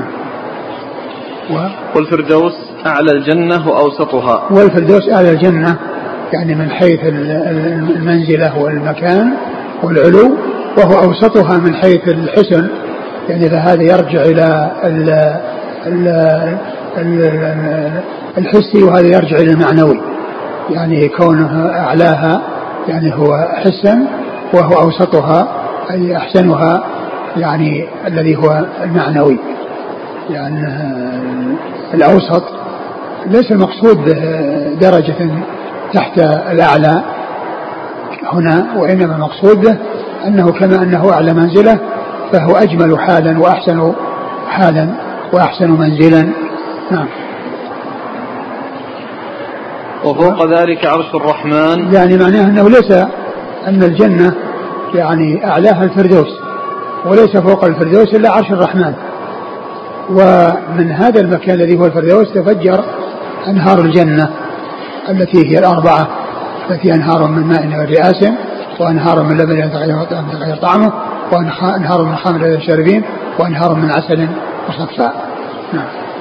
والفردوس أعلى الجنة وأوسطها.
والفردوس أعلى الجنة يعني من حيث المنزلة والمكان والعلو، وهو أوسطها من حيث الحسن يعني فهذا يرجع إلى الحسي وهذا يرجع إلى المعنوي، يعني كونه أعلاها يعني هو حسا وهو أوسطها أي أحسنها يعني الذي هو المعنوي. يعني الأوسط ليس المقصود درجة تحت الأعلى هنا، وإنما المقصود به أنه كما أنه أعلى منزلة فهو أجمل حالا وأحسن حالا وأحسن منزلا. نعم.
وفوق ذلك عرش الرحمن،
يعني معناه أنه ليس أن الجنة يعني أعلاها الفردوس وليس فوق الفردوس إلا عرش الرحمن، ومن هذا المكان الذي هو الفردوس تفجر أنهار الجنة التي هي الأربعة، التي أنهار من ماء غير آسن، وأنهار من لبن يتغير طعمه، وأنهار من خمر للشاربين، وأنهار من عسل مصفى. نعم.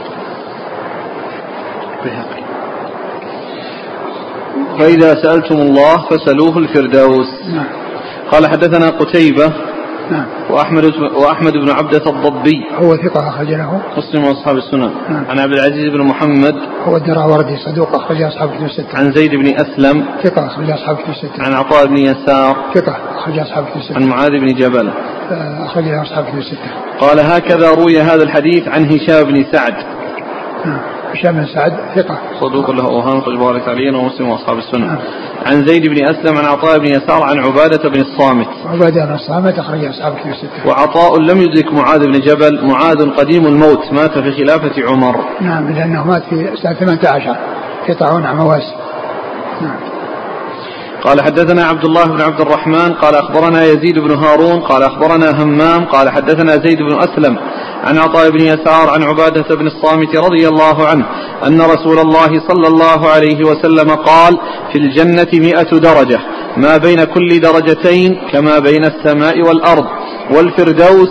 فإذا سألتم الله فسألوه الفردوس.
نعم.
قال حدثنا قتيبة.
نعم.
وأحمد بن عبدة الضبي
هو ثقة أخرج له
مسلم وأصحاب السنن.
نعم.
عن عبد العزيز بن محمد
هو الدراوردي صدوق أخرج أصحاب الكتب الستة.
عن زيد بن أسلم
ثقة أخرج أصحاب الكتب الستة.
عن عطاء بن يسار
ثقة أخرج أصحاب الكتب الستة.
عن معاذ بن جبل
أخرج له أصحاب الكتب الستة.
قال هكذا روي هذا الحديث عن هشام بن سعد.
نعم. هشام بن سعد ثقة
صدوق له أوهام أخرجه تعليقا ومسلم وأصحاب السنن. عن زيد بن أسلم عن عطاء بن يسار عن عبادة بن الصامت.
عبادة بن الصامت أخرج أصحاب الكتب الستة.
وعطاء لم يدرك معاذ بن جبل، معاذ قديم الموت مات في خلافة عمر.
نعم لأنه مات في سنة 18 في طاعون عمواس. نعم.
قال حدثنا عبد الله بن عبد الرحمن قال أخبرنا يزيد بن هارون قال أخبرنا همام قال حدثنا زيد بن أسلم عن عطاء بن يسار عن عبادة بن الصامت رضي الله عنه أن رسول الله صلى الله عليه وسلم قال في الجنة 100 درجة ما بين كل درجتين كما بين السماء والأرض، والفردوس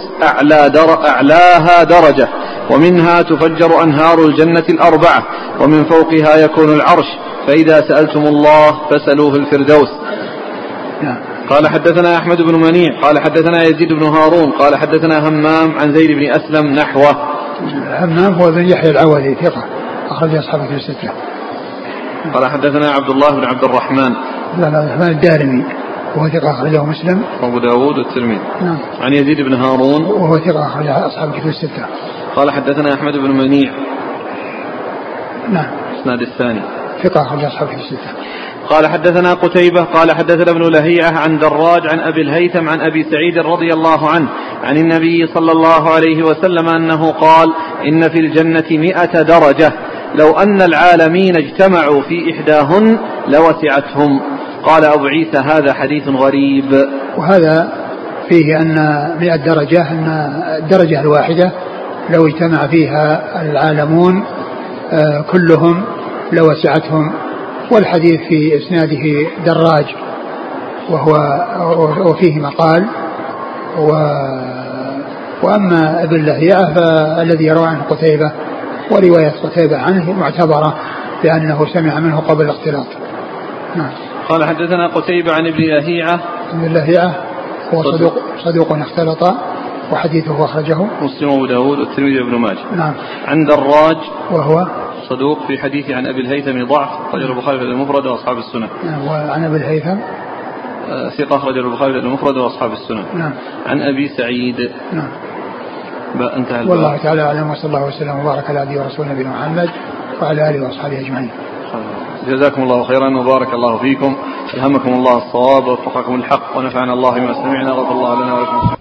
أعلاها درجة، ومنها تفجر أنهار الجنة الأربعة، ومن فوقها يكون العرش، فإذا سألتم الله فسألوه الفردوس. قال حدثنا أحمد بن منيع قال حدثنا يزيد بن هارون قال حدثنا همام عن زيد بن أسلم نحوه.
همام هو بن يحيى العوذي ثقة أخرج أصحابه في الستة.
قال حدثنا عبد الله بن عبد الرحمن
الدارمي وهو ثقة أخرجه مسلم
وأبو داود والترمذي.
نعم.
عن يزيد بن هارون
وهو ثقة أخرج أصحابه في الستة.
قال حدثنا أحمد بن منيع.
نعم.
الإسناد الثاني
ثقة أخرج أصحابه في الستة.
قال حدثنا قتيبة قال حدثنا ابن لهيعة عن دراج عن أبي الهيثم عن أبي سعيد رضي الله عنه عن النبي صلى الله عليه وسلم أنه قال إن في الجنة 100 درجة لو أن العالمين اجتمعوا في إحداهن لوسعتهم. قال أبو عيسى هذا حديث غريب.
وهذا فيه أن 100 درجة أن الدرجة الواحدة لو اجتمع فيها العالمون كلهم لوسعتهم. والحديث في إسناده دراج وفيه مقال. وأما ابن لهيعة فالذي يروى عنه قتيبة ورواية قتيبة عنه معتبرة لأنه سمع منه قبل الاختلاط. نعم.
قال حدثنا قتيبة عن ابن لهيعة.
ابن لهيعة هو صدوق اختلط وحديثه أخرجه
مسلم وأبو داود والترمذي وابن ماجه.
نعم.
عن دراج
وهو
صدوق في حديثه عن أبي الهيثم ضعف، أخرجه البخاري في المفرد وأصحاب السنن.
نعم. وعن أبي الهيثم
ثقة، أخرجه البخاري في المفرد وأصحاب السنن.
نعم.
عن أبي سعيد.
نعم.
انتهى.
والله تعالى أعلم، وصلى الله وسلم وبارك على عبده ورسوله نبينا محمد وعلى آله وأصحابه أجمعين.
جزاكم الله خيرا وبارك الله فيكم، ألهمكم الله الصواب ووفقكم الحق ونفعنا الله بما سمعنا، غفر الله لنا ولكم.